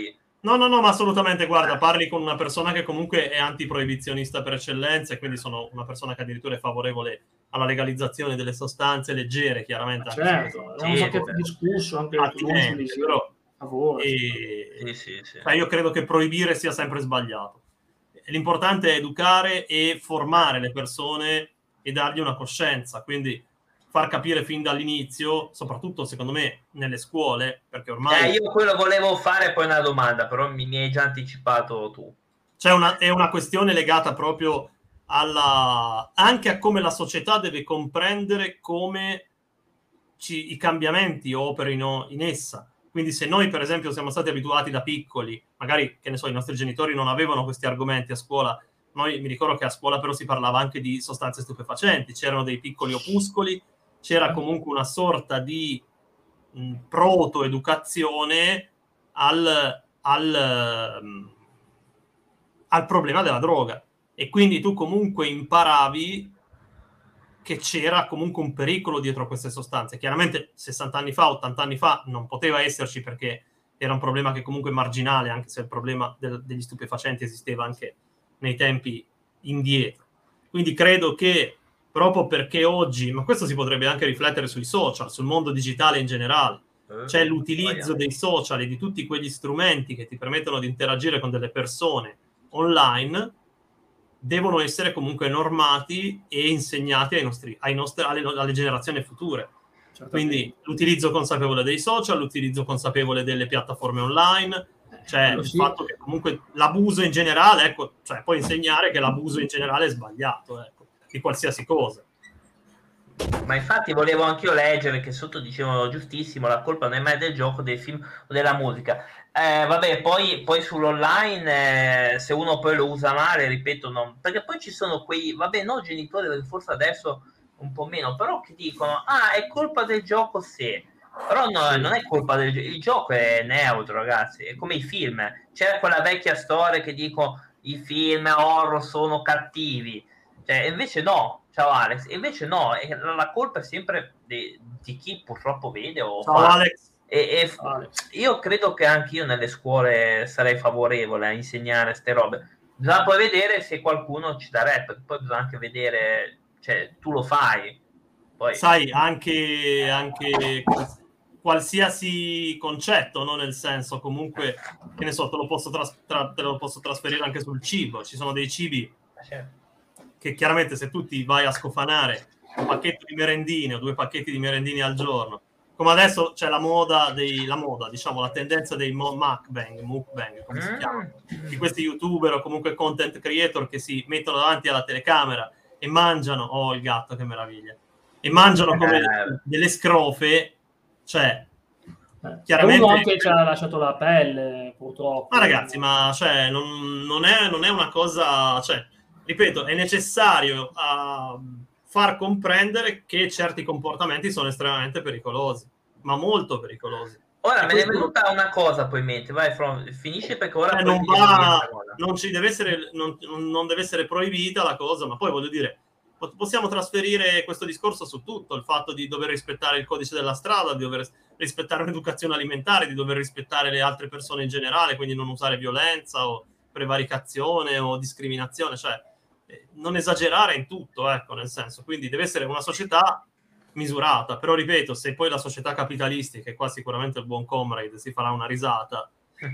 C: No, ma assolutamente, guarda, parli con una persona che comunque è antiproibizionista per eccellenza e quindi sono una persona che addirittura è favorevole alla legalizzazione delle sostanze leggere, chiaramente. Anche
A: certo, abbiamo anche discusso anche con noi su
C: però
A: favore.
B: Sì.
C: Cioè io credo che proibire sia sempre sbagliato. L'importante è educare e formare le persone e dargli una coscienza, quindi far capire fin dall'inizio, soprattutto secondo me nelle scuole, perché ormai
B: io quello volevo fare poi una domanda, però mi hai già anticipato tu.
C: è una questione legata proprio anche a come la società deve comprendere come i cambiamenti operino in essa. Quindi se noi per esempio siamo stati abituati da piccoli, magari che ne so, i nostri genitori non avevano questi argomenti a scuola, mi ricordo che a scuola però si parlava anche di sostanze stupefacenti, c'erano dei piccoli opuscoli, c'era comunque una sorta di proto-educazione al problema della droga, e quindi tu comunque imparavi che c'era comunque un pericolo dietro a queste sostanze. Chiaramente 60 anni fa, 80 anni fa non poteva esserci, perché era un problema che comunque è marginale, anche se il problema degli stupefacenti esisteva anche nei tempi indietro. Quindi credo che proprio perché oggi, ma questo si potrebbe anche riflettere sui social, sul mondo digitale in generale, c'è l'utilizzo dei social e di tutti quegli strumenti che ti permettono di interagire con delle persone online, devono essere comunque normati e insegnati alle generazioni future. Quindi l'utilizzo consapevole dei social, l'utilizzo consapevole delle piattaforme online, cioè il fatto che comunque l'abuso in generale, ecco, cioè puoi insegnare che l'abuso in generale è sbagliato, ecco, di qualsiasi cosa.
B: Ma infatti volevo anch'io leggere che sotto dicevano giustissimo, la colpa non è mai del gioco, del film o della musica. Vabbè, poi sull'online, se uno poi lo usa male, ripeto, non, perché poi ci sono quei, vabbè, no, genitori, forse adesso un po' meno, però che dicono, è colpa del gioco se, però no, sì, non è colpa del gioco, il gioco è neutro, ragazzi, è come i film. C'è quella vecchia storia che dicono i film horror sono cattivi, cioè invece no, ciao Alex, invece no, la colpa è sempre di chi purtroppo vede o
C: ciao fa. Alex.
B: Io credo che anche io nelle scuole sarei favorevole a insegnare queste robe. Bisogna poi vedere se qualcuno ci darebbe, poi bisogna anche vedere, cioè tu lo fai. Poi,
C: sai, anche qualsiasi concetto, no? Nel senso, comunque, che ne so, te lo posso trasferire anche sul cibo. Ci sono dei cibi che chiaramente se tu ti vai a scofanare un pacchetto di merendine o 2 pacchetti di merendine al giorno, come adesso c'è la moda, diciamo, la tendenza dei mukbang, come si chiama, di questi youtuber o comunque content creator che si mettono davanti alla telecamera e mangiano, il gatto, che meraviglia, e mangiano come delle scrofe, cioè
A: chiaramente uno anche ci ha lasciato la pelle, purtroppo.
C: Ma ragazzi, cioè, non è una cosa, cioè, ripeto, è necessario far comprendere che certi comportamenti sono estremamente pericolosi, ma molto pericolosi.
B: Ora me ne è venuta una cosa poi in mente, vai, finisce, perché ora
C: non deve essere proibita la cosa, ma poi voglio dire, possiamo trasferire questo discorso su tutto, il fatto di dover rispettare il codice della strada, di dover rispettare un'educazione alimentare, di dover rispettare le altre persone in generale, quindi non usare violenza o prevaricazione o discriminazione, cioè non esagerare in tutto, ecco, nel senso, quindi deve essere una società misurata, però ripeto, se poi la società capitalistica, e qua sicuramente il buon Comrade si farà una risata,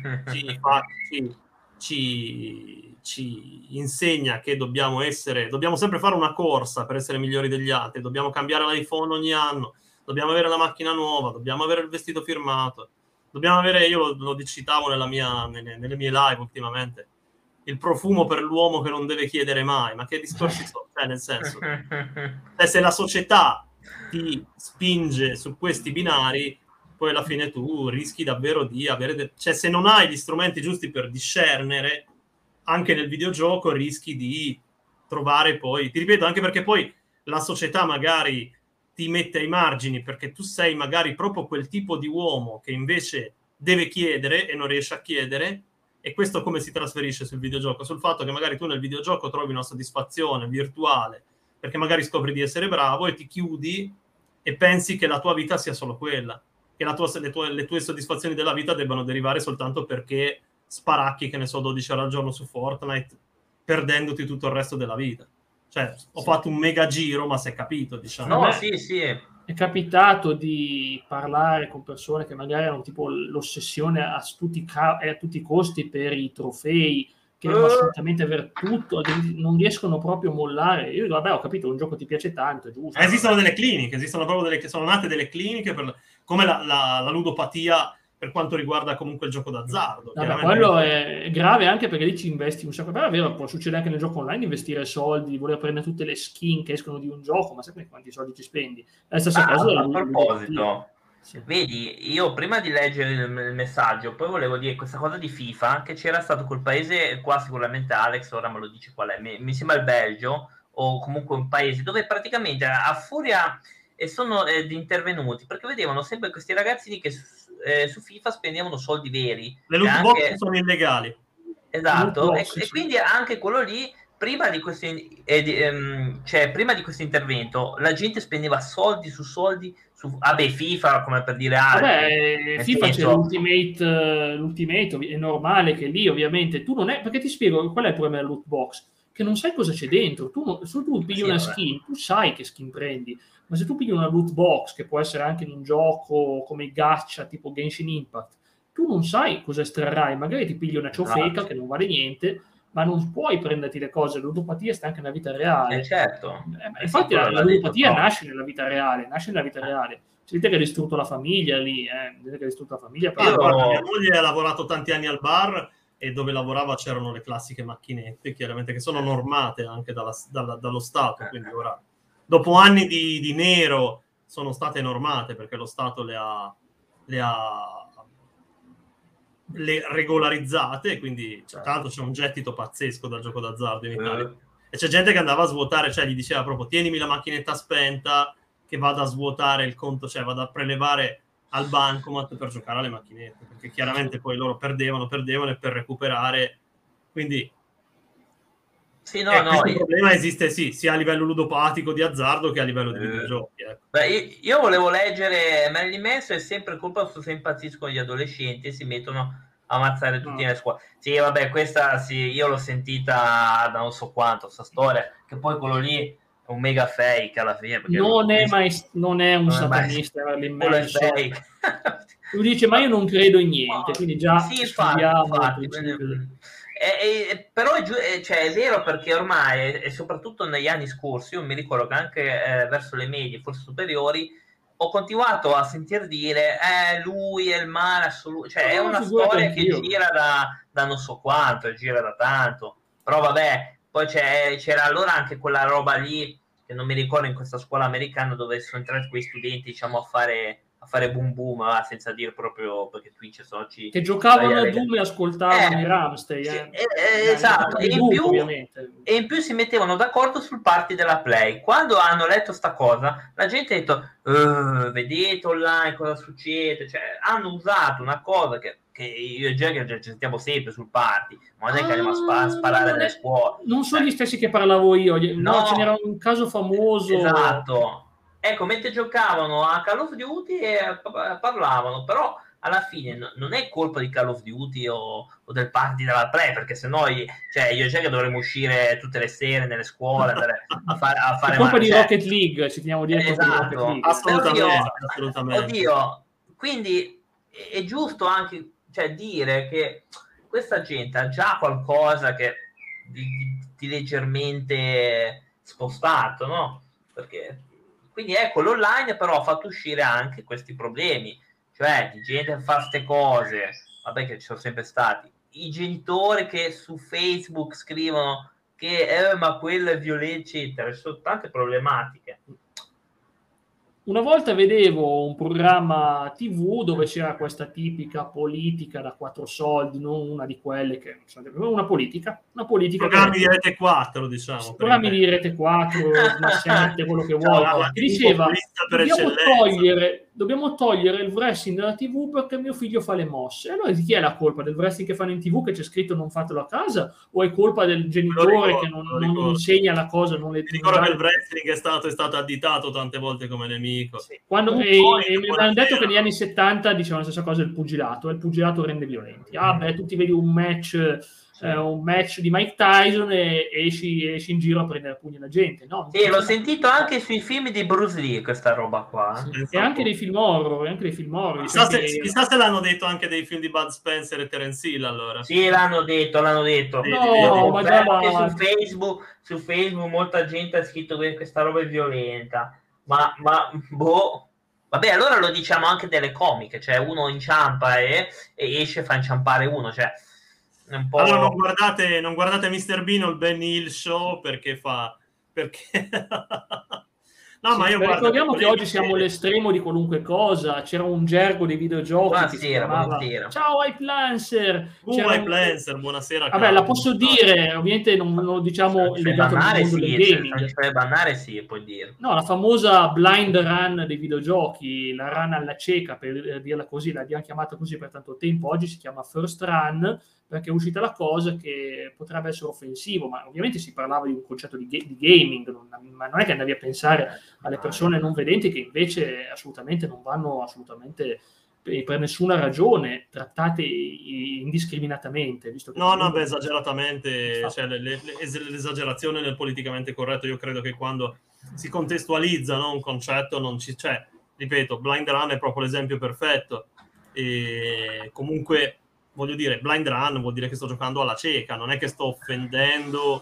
C: ci insegna che dobbiamo sempre fare una corsa per essere migliori degli altri, dobbiamo cambiare l'iPhone ogni anno, dobbiamo avere la macchina nuova, dobbiamo avere il vestito firmato, dobbiamo avere, io lo citavo nelle mie live ultimamente, il profumo per l'uomo che non deve chiedere mai, ma che discorsi sono? Cioè, nel senso, se la società ti spinge su questi binari, poi alla fine tu rischi davvero di avere... Cioè, se non hai gli strumenti giusti per discernere, anche nel videogioco rischi di trovare poi... Ti ripeto, anche perché poi la società magari ti mette ai margini, perché tu sei magari proprio quel tipo di uomo che invece deve chiedere e non riesce a chiedere, e questo come si trasferisce sul videogioco? Sul fatto che magari tu nel videogioco trovi una soddisfazione virtuale, perché magari scopri di essere bravo e ti chiudi e pensi che la tua vita sia solo quella, che le tue soddisfazioni della vita debbano derivare soltanto perché sparacchi, che ne so, 12 ore al giorno su Fortnite, perdendoti tutto il resto della vita. Cioè, ho fatto un mega giro, ma si è capito, diciamo.
B: No, sì.
A: È capitato di parlare con persone che magari hanno tipo l'ossessione a tutti i costi per i trofei, che devono assolutamente avere tutto, non riescono proprio a mollare. Io dico, vabbè, ho capito, un gioco ti piace tanto, è giusto.
C: Esistono delle cliniche, esistono proprio sono nate delle cliniche come la ludopatia per quanto riguarda comunque il gioco d'azzardo.
A: Vabbè, quello è grave anche perché lì ci investi un sacco. Però è vero, può succedere anche nel gioco online, investire soldi, voler prendere tutte le skin che escono di un gioco, ma sai quanti soldi ci spendi? È la stessa cosa.
B: A proposito, sì. Vedi, io prima di leggere il messaggio, poi volevo dire questa cosa di FIFA, che c'era stato quel paese, qua sicuramente Alex ora me lo dice qual è, mi sembra il Belgio, o comunque un paese dove praticamente a furia sono intervenuti, perché vedevano sempre questi ragazzini che su FIFA spendevano soldi veri.
C: Le loot box sono illegali.
B: Esatto, e quindi anche quello lì, prima di questo intervento, la gente spendeva soldi su soldi su FIFA, come per dire
A: altri. FIFA c'è l'Ultimate, è normale che lì ovviamente tu non è, perché ti spiego qual è il problema della loot box, che non sai cosa c'è dentro. Se tu pigli una skin, tu sai che skin prendi, ma se tu pigli una loot box, che può essere anche in un gioco come i gacha tipo Genshin Impact, tu non sai cosa estrarrai, magari ti pigli una ciofeca che non vale niente, ma non puoi prenderti le cose. La ludopatia sta anche nella vita reale.
B: Certo.
A: Infatti la ludopatia nasce nella vita reale, Sentite che ha distrutto la famiglia lì, Vedete che ha distrutto la famiglia.
C: Guarda, mia moglie ha lavorato tanti anni al bar, e dove lavorava c'erano le classiche macchinette, chiaramente, che sono normate anche dallo Stato, quindi ora, dopo anni di nero, sono state normate, perché lo Stato le ha regolarizzate, quindi tra l'altro c'è un gettito pazzesco dal gioco d'azzardo in Italia. E c'è gente che andava a svuotare, cioè gli diceva proprio tienimi la macchinetta spenta che vado a svuotare il conto, cioè vado a prelevare al bancomat per giocare alle macchinette, perché chiaramente poi loro perdevano e per recuperare, quindi questo problema esiste sia a livello ludopatico di azzardo che a livello di videogiochi.
B: Beh, io volevo leggere Marilyn Manson, è sempre colpa se impazziscono gli adolescenti e si mettono a ammazzare tutti nelle scuole. Sì, vabbè, questa io l'ho sentita da non so quanto, sta storia, che poi quello lì è un mega fake alla fine.
A: Non è un satanista, Marilyn Manson. Lui dice, ma io non credo in niente, quindi già
B: infatti. Però è vero, perché ormai, e soprattutto negli anni scorsi, io mi ricordo che anche verso le medie, forse superiori, ho continuato a sentir dire lui è il male assoluto, cioè è una storia che gira da non so quanto, gira da tanto, però vabbè, poi c'era allora anche quella roba lì, che non mi ricordo, in questa scuola americana dove sono entrati quei studenti, diciamo, a fare boom boom, senza dire proprio, perché Twitch che
A: giocavano a Doom e ascoltavano i Rammstein.
B: Esatto, e in più si mettevano d'accordo sul party della Play. Quando hanno letto sta cosa, la gente ha detto vedete online cosa succede, cioè hanno usato una cosa che io e Jagger ci sentiamo sempre sul party, ma non è che andiamo a sparare nelle scuole.
A: Non sono gli stessi che parlavo io, no, ce n'era un caso famoso.
B: Esatto. Ecco, mentre giocavano a Call of Duty e parlavano, però alla fine non è colpa di Call of Duty o del party della Play, perché sennò io e Jagger dovremmo uscire tutte le sere nelle scuole, andare a fare
A: è colpa di Rocket League, ci teniamo a dire.
B: Esatto,
C: assolutamente.
B: Oddio, quindi è giusto anche dire che questa gente ha già qualcosa che di leggermente spostato, no? Perché quindi ecco, l'online però ha fatto uscire anche questi problemi, cioè di gente che fa queste cose, vabbè, che ci sono sempre stati, i genitori che su Facebook scrivono che ma quello è violento, eccetera, ci sono tante problematiche.
A: Una volta vedevo un programma TV dove c'era questa tipica politica da 4 soldi, non una di quelle che una politica
C: programmi di Rete 4, diciamo.
A: Programmi di Rete 4, la 7, quello che vuoi. Che diceva dobbiamo togliere il wrestling dalla TV perché mio figlio fa le mosse. Allora di chi è la colpa? Del wrestling che fanno in TV che c'è scritto non fatelo a casa, o è colpa del genitore che non insegna la cosa?
C: Mi ricordo che il wrestling è stato additato tante volte come nemico.
A: Sì. Quando mi hanno detto che negli anni 70 dicevano la stessa cosa del pugilato, e il pugilato rende violenti. Tu ti vedi un match di Mike Tyson e esci in giro a prendere a pugni la gente. No,
B: sì, l'ho sentito anche sui film di Bruce Lee, questa roba qua.
A: Sì. E anche dei film horror.
C: Chissà se l'hanno detto anche dei film di Bud Spencer e Terence Hill, allora.
B: Sì, l'hanno detto.
A: No, ma già
B: anche su Facebook molta gente ha scritto che questa roba è violenta. Ma boh. Vabbè, allora lo diciamo anche delle comiche, cioè uno inciampa e esce e fa inciampare uno, cioè un po'...
C: Allora non guardate Mr. Bean o il Benny Hill Show perché no,
A: sì, ma io ricordiamo che oggi siamo all'estremo di qualunque cosa. C'era un gergo dei videogiochi che si chiamava Ciao Hype Lancer.
C: Hype Lancer, buonasera.
A: Vabbè, la posso dire, ovviamente non lo diciamo legato al mondo del gaming.
B: Per bannare sì, puoi dire.
A: No, la famosa blind run dei videogiochi, la run alla cieca, per dirla così, l'abbiamo chiamata così per tanto tempo, oggi si chiama first run, perché è uscita la cosa che potrebbe essere offensivo, ma ovviamente si parlava di un concetto di gaming, ma non è che andavi a pensare alle persone non vedenti che invece assolutamente non vanno assolutamente per nessuna ragione trattate indiscriminatamente. Visto che
C: esageratamente, cioè l'esagerazione nel politicamente corretto, io credo che quando si contestualizza, no, un concetto non ci c'è, ripeto, Blind Run è proprio l'esempio perfetto, e comunque voglio dire, Blind Run vuol dire che sto giocando alla cieca, non è che sto offendendo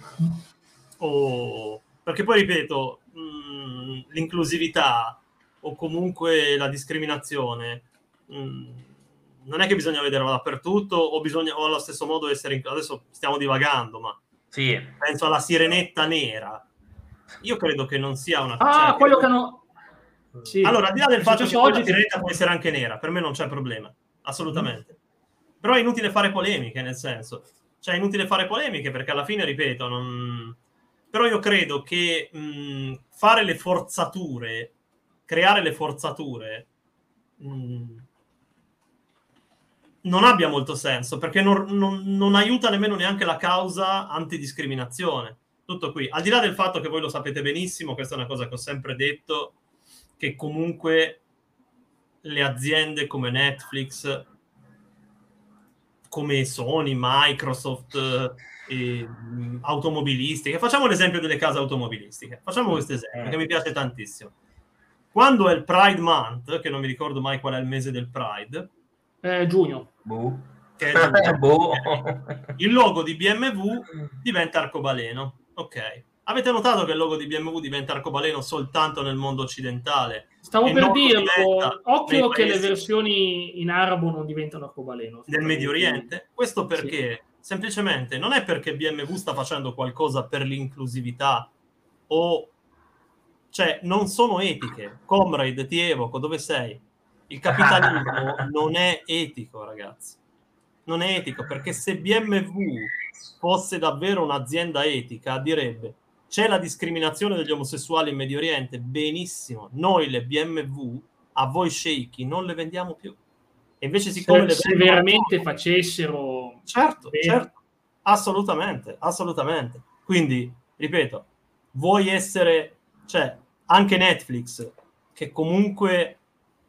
C: perché poi ripeto, l'inclusività o comunque la discriminazione non è che bisogna vederla dappertutto o allo stesso modo essere adesso stiamo divagando, ma
B: sì,
C: penso alla sirenetta nera. Io credo che non sia una
A: quello che hanno sì.
C: Allora, al di là del fatto che oggi la sirenetta può essere anche nera, per me non c'è problema, assolutamente. Però è inutile fare polemiche, nel senso, cioè è inutile fare polemiche perché alla fine, ripeto, però io credo che fare le forzature, creare le forzature non abbia molto senso, perché non aiuta nemmeno neanche la causa antidiscriminazione. Tutto qui. Al di là del fatto che voi lo sapete benissimo, questa è una cosa che ho sempre detto, che comunque le aziende come Netflix, come Sony, Microsoft, automobilistiche, facciamo l'esempio delle case automobilistiche, facciamo questo esempio che mi piace tantissimo. Quando è il Pride Month, che non mi ricordo mai qual è il mese del Pride,
A: giugno.
C: Che è giugno. Il logo di BMW diventa arcobaleno. Ok. Avete notato che il logo di BMW diventa arcobaleno soltanto nel mondo occidentale?
A: Stavo per dirlo, occhio che le versioni in arabo non diventano arcobaleno.
C: Nel Medio Oriente? Questo perché semplicemente non è perché BMW sta facendo qualcosa per l'inclusività o... Cioè, non sono etiche. Comrade, ti evoco, dove sei? Il capitalismo non è etico, ragazzi. Non è etico, perché se BMW fosse davvero un'azienda etica, direbbe: c'è la discriminazione degli omosessuali in Medio Oriente, benissimo, noi le BMW a voi sceicchi non le vendiamo più. E invece siccome
A: se veramente facessero...
C: Certo, assolutamente. Quindi, ripeto, vuoi essere... Cioè, anche Netflix, che comunque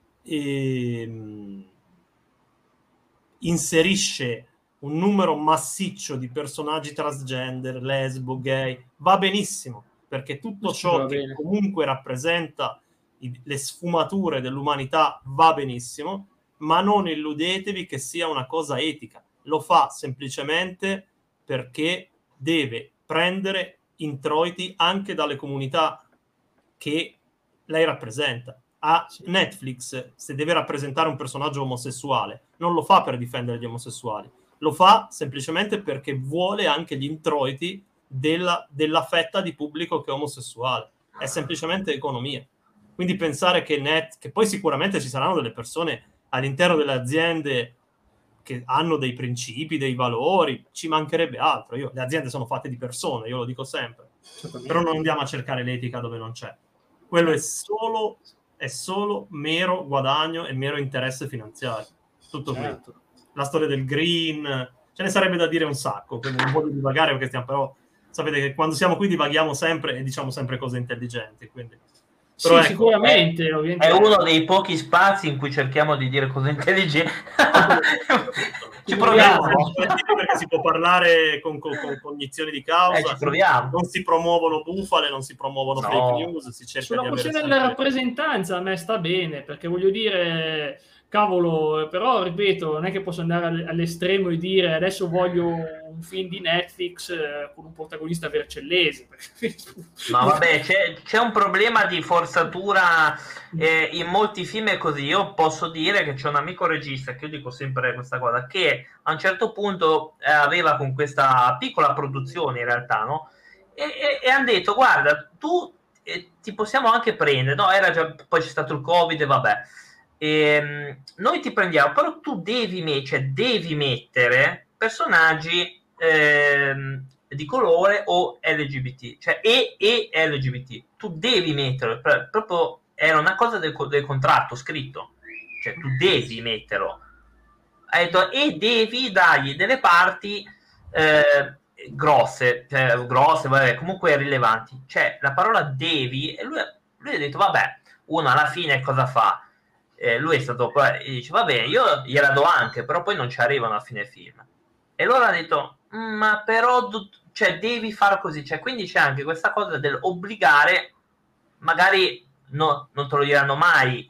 C: inserisce un numero massiccio di personaggi transgender, lesbo, gay, va benissimo, perché tutto ciò che comunque rappresenta le sfumature dell'umanità va benissimo, ma non illudetevi che sia una cosa etica. Lo fa semplicemente perché deve prendere introiti anche dalle comunità che lei rappresenta. A Netflix, se deve rappresentare un personaggio omosessuale, non lo fa per difendere gli omosessuali, lo fa semplicemente perché vuole anche gli introiti della fetta di pubblico che è omosessuale. È semplicemente economia. Quindi pensare che poi sicuramente ci saranno delle persone all'interno delle aziende che hanno dei principi, dei valori, ci mancherebbe altro. Le aziende sono fatte di persone, io lo dico sempre. Però non andiamo a cercare l'etica dove non c'è. Quello è solo è solo mero guadagno e mero interesse finanziario. Tutto
A: certo.
C: qui. La storia del green, ce ne sarebbe da dire un sacco, quindi non voglio divagare perché però sapete che quando siamo qui divaghiamo sempre e diciamo sempre cose intelligenti, quindi.
A: Sì,
C: Però ecco,
A: sicuramente.
B: È uno dei pochi spazi in cui cerchiamo di dire cose intelligenti. Ci proviamo.
C: Perché si può parlare con cognizione di causa,
B: Ci proviamo.
C: non si promuovono bufale, non si promuovono fake news, si cerca
A: sulla
C: di avere
A: questione della rappresentanza a me sta bene, perché voglio dire, cavolo, però ripeto, non è che posso andare all'estremo e dire adesso voglio un film di Netflix con un protagonista vercellese.
B: Ma vabbè, c'è un problema di forzatura in molti film è così. Io posso dire che c'è un amico regista, che io dico sempre questa cosa, che a un certo punto aveva con questa piccola produzione in realtà, no? E hanno detto, guarda, tu ti possiamo anche prendere, no? Era già, poi c'è stato il Covid e vabbè. Noi ti prendiamo, però tu devi mettere personaggi di colore o LGBT, cioè e LGBT, tu devi metterlo, proprio era una cosa del contratto scritto, cioè tu devi metterlo, e devi dargli delle parti grosse, vabbè, comunque rilevanti, cioè la parola devi, e lui ha detto vabbè, uno alla fine cosa fa? Lui è stato qua e dice vabbè, io gliela do anche, però poi non ci arrivano a fine film. E loro hanno detto ma però cioè, devi fare così, cioè, quindi c'è anche questa cosa dell'obbligare, magari non te lo diranno mai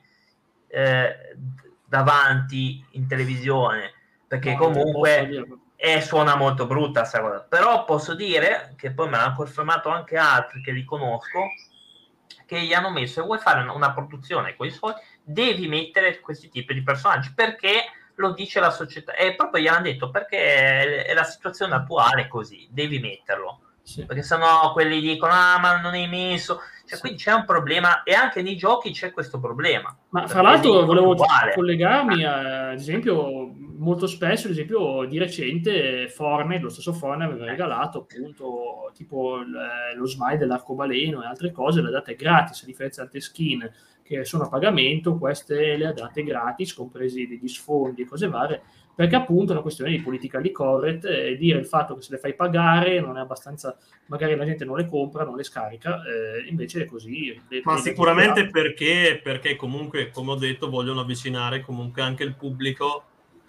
B: davanti in televisione, perché comunque suona molto brutta questa cosa, però posso dire che poi me l'hanno confermato anche altri che li conosco, che gli hanno messo, se vuoi fare una produzione con i soldi devi mettere questi tipi di personaggi, perché lo dice la società, e proprio gli hanno detto perché è la situazione attuale così, devi metterlo, sì. Perché sennò quelli dicono ma non hai messo, cioè, sì. Quindi c'è un problema, e anche nei giochi c'è questo problema.
A: Ma fra l'altro volevo collegarmi ad esempio, molto spesso, ad esempio di recente Fortnite, lo stesso Fortnite aveva regalato appunto tipo lo smile dell'arcobaleno e altre cose, le date gratis, a differenza di altre skin che sono a pagamento, queste le ha date gratis, compresi degli sfondi e cose varie, perché appunto è una questione di politically correct, e dire il fatto che se le fai pagare non è abbastanza, magari la gente non le compra, non le scarica, invece è così.
C: Ma sicuramente perché comunque, come ho detto, vogliono avvicinare comunque anche il pubblico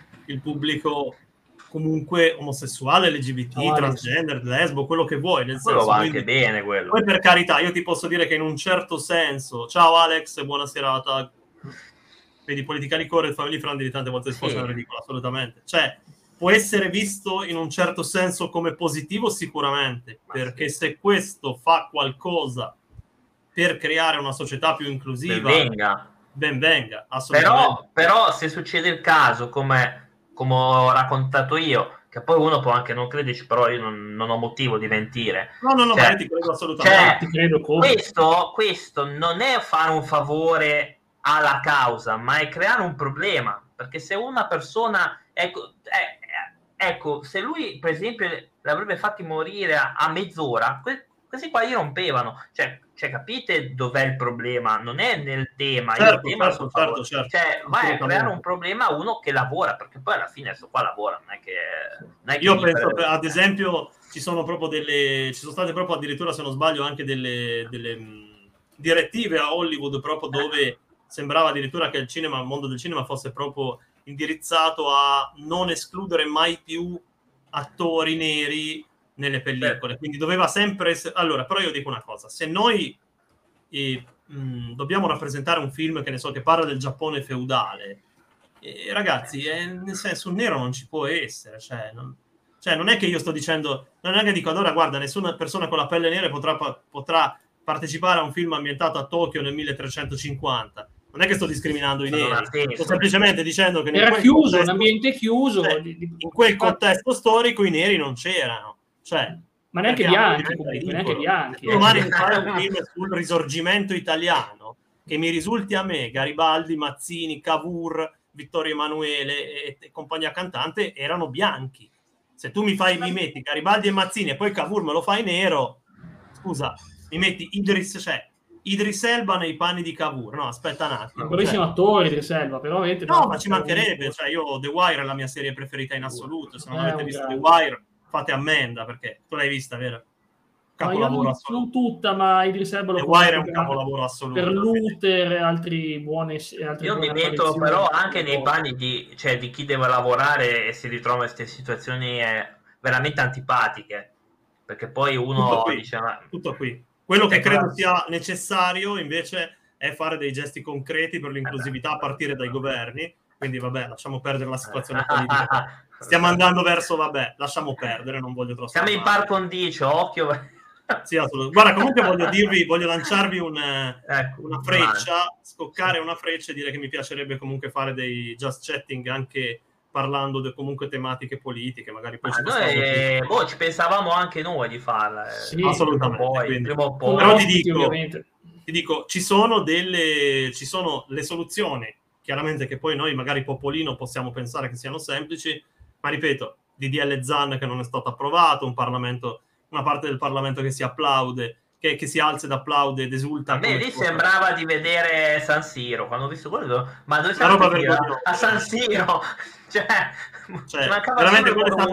C: comunque omosessuale, LGBT, transgender, lesbo, quello che vuoi, nel
B: quello
C: senso,
B: va anche bene quello.
C: Poi per carità, io ti posso dire che in un certo senso, ciao Alex, buona serata, vedi, politically correct, family friendly tante volte si possono ridicolo, assolutamente, cioè può essere visto in un certo senso come positivo sicuramente, perché se questo fa qualcosa per creare una società più inclusiva, ben venga, assolutamente.
B: Però se succede il caso come ho raccontato io, che poi uno può anche non crederci, però io non ho motivo di mentire.
C: No, ma io ti credo assolutamente.
B: Ti credo questo non è fare un favore alla causa, ma è creare un problema, perché se una persona ecco, se lui per esempio l'avrebbe fatti morire a mezz'ora, questi qua gli rompevano, cioè capite dov'è il problema? Non è nel tema,
C: certo.
B: Cioè vai a creare un problema a uno che lavora, perché poi alla fine questo qua lavora, non è che
C: io penso ad esempio ci sono state proprio addirittura, se non sbaglio, anche delle direttive a Hollywood proprio dove sembrava addirittura che il mondo del cinema fosse proprio indirizzato a non escludere mai più attori neri nelle pellicole, quindi doveva sempre essere. Allora, però io dico una cosa, se noi dobbiamo rappresentare un film che parla del Giappone feudale, ragazzi, nel senso un nero non ci può essere, cioè non è che io sto dicendo, non è che dico allora guarda, nessuna persona con la pelle nera potrà partecipare a un film ambientato a Tokyo nel 1350. Non è che sto discriminando i neri, sto semplicemente dicendo che
A: era chiuso, un ambiente chiuso,
C: in quel contesto storico i neri non c'erano, cioè,
A: ma neanche bianchi, neanche bianchi.
C: Domani fare un film sul risorgimento italiano che mi risulti a me Garibaldi, Mazzini, Cavour, Vittorio Emanuele e compagnia cantante erano bianchi. Se tu mi metti Garibaldi e Mazzini e poi Cavour me lo fai nero, scusa, mi metti Idris Idris Elba nei panni di Cavour. No, aspetta un attimo.
A: Un bravissimo attore Idris Elba, però
C: no, ma ci mancherebbe. Cioè, io The Wire è la mia serie preferita in assoluto. Se non avete visto The Wire, fate ammenda, perché tu l'hai vista, vero?
A: Capolavoro assoluto. Non tutta, ma Idris Elba
C: The Wire è un capolavoro assoluto.
A: Per Luther e altri buoni.
B: Io mi metto però anche nei panni di chi deve lavorare e si ritrova in queste situazioni veramente antipatiche, perché poi uno dice
C: tutto qui. Quello che credo sia necessario invece è fare dei gesti concreti per l'inclusività a partire dai governi. Quindi vabbè, lasciamo perdere la situazione politica. Stiamo andando verso, vabbè, lasciamo perdere, non voglio troppo.
B: Siamo in par condicio, occhio.
C: Sì, assolutamente. Guarda, comunque voglio lanciarvi una freccia, scoccare una freccia e dire che mi piacerebbe comunque fare dei just chatting anche parlando di comunque tematiche politiche, magari poi
B: ci pensavamo anche noi di farla.
C: Sì, assolutamente.
B: Prima o poi.
C: Però ti dico, ci sono le soluzioni, chiaramente, che poi noi magari popolino possiamo pensare che siano semplici, ma ripeto, DDL Zan che non è stato approvato, una parte del Parlamento che si applaude, che si alza ed applaude ed esulta.
B: A me lì sembrava di vedere San Siro, quando ho visto quello, ma dove siamo a San Siro? cioè
C: veramente quello è stato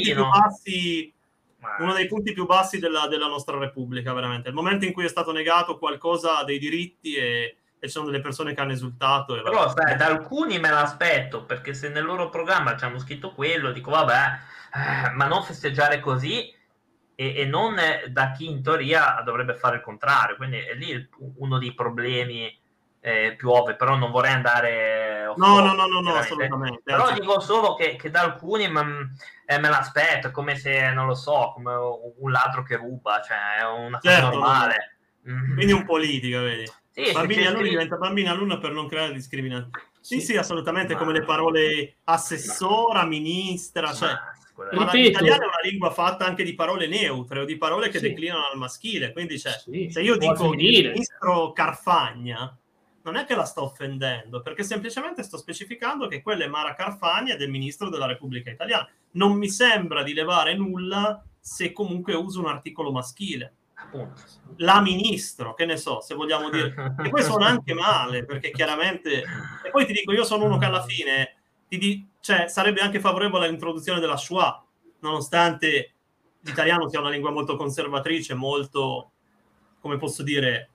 C: uno dei punti più bassi della nostra Repubblica, veramente. Il momento in cui è stato negato qualcosa dei diritti e ci sono delle persone che hanno esultato.
B: Però da alcuni me l'aspetto, perché se nel loro programma ci hanno scritto quello, dico vabbè, ma non festeggiare così e non da chi in teoria dovrebbe fare il contrario. Quindi è lì uno dei problemi più ovvi, però non vorrei andare
C: no, assolutamente.
B: Però dico solo che da alcuni me l'aspetto, come se, non lo so, come un ladro che ruba, cioè è una cosa normale.
C: Quindi un politica, vedi?
B: Sì,
C: bambini alunni diventa bambini alunno per non creare discriminazione. Sì, assolutamente, come le parole assessora, ministra, cioè l'italiano è una lingua fatta anche di parole neutre o di parole che declinano al maschile, quindi se io dico il ministro Carfagna non è che la sto offendendo, perché semplicemente sto specificando che quella è Mara Carfagna del ministro della Repubblica Italiana. Non mi sembra di levare nulla se comunque uso un articolo maschile. La ministro, che ne so, se vogliamo dire, e poi suona anche male, perché chiaramente, e poi ti dico, io sono uno che alla fine sarebbe anche favorevole all'introduzione della Shoah, nonostante l'italiano sia una lingua molto conservatrice, molto, come posso dire,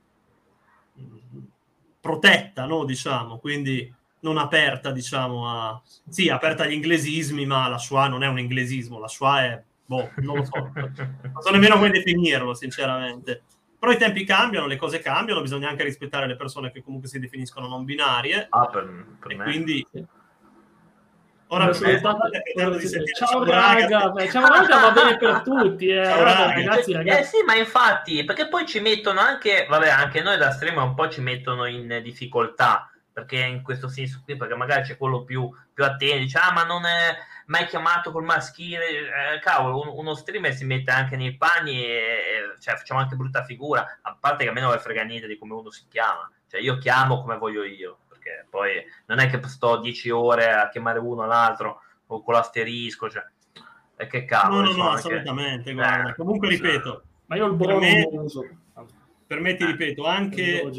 C: protetta, no? Diciamo, quindi non aperta, diciamo, aperta agli inglesismi, ma la Shoah non è un inglesismo, la Shoah è non lo so, non so nemmeno come definirlo, sinceramente. Però i tempi cambiano, le cose cambiano, bisogna anche rispettare le persone che comunque si definiscono non binarie.
B: Per me.
C: Quindi ora
A: ciao raga, va bene per tutti, ragazzi.
B: Sì, ma infatti, perché poi ci mettono anche noi da streamer un po' ci mettono in difficoltà, perché in questo senso qui, perché magari c'è quello più attento, dice ma non è mai chiamato col maschile, cavolo, uno streamer si mette anche nei panni e facciamo anche brutta figura, a parte che a me non me frega niente di come uno si chiama, cioè io chiamo come voglio io, perché poi non è che sto 10 ore a chiamare uno all'altro o con l'asterisco, cioè e che cavolo.
C: No, assolutamente, guarda, comunque ripeto,
A: ma io il buono non lo uso.
C: Per me ti ripeto, anche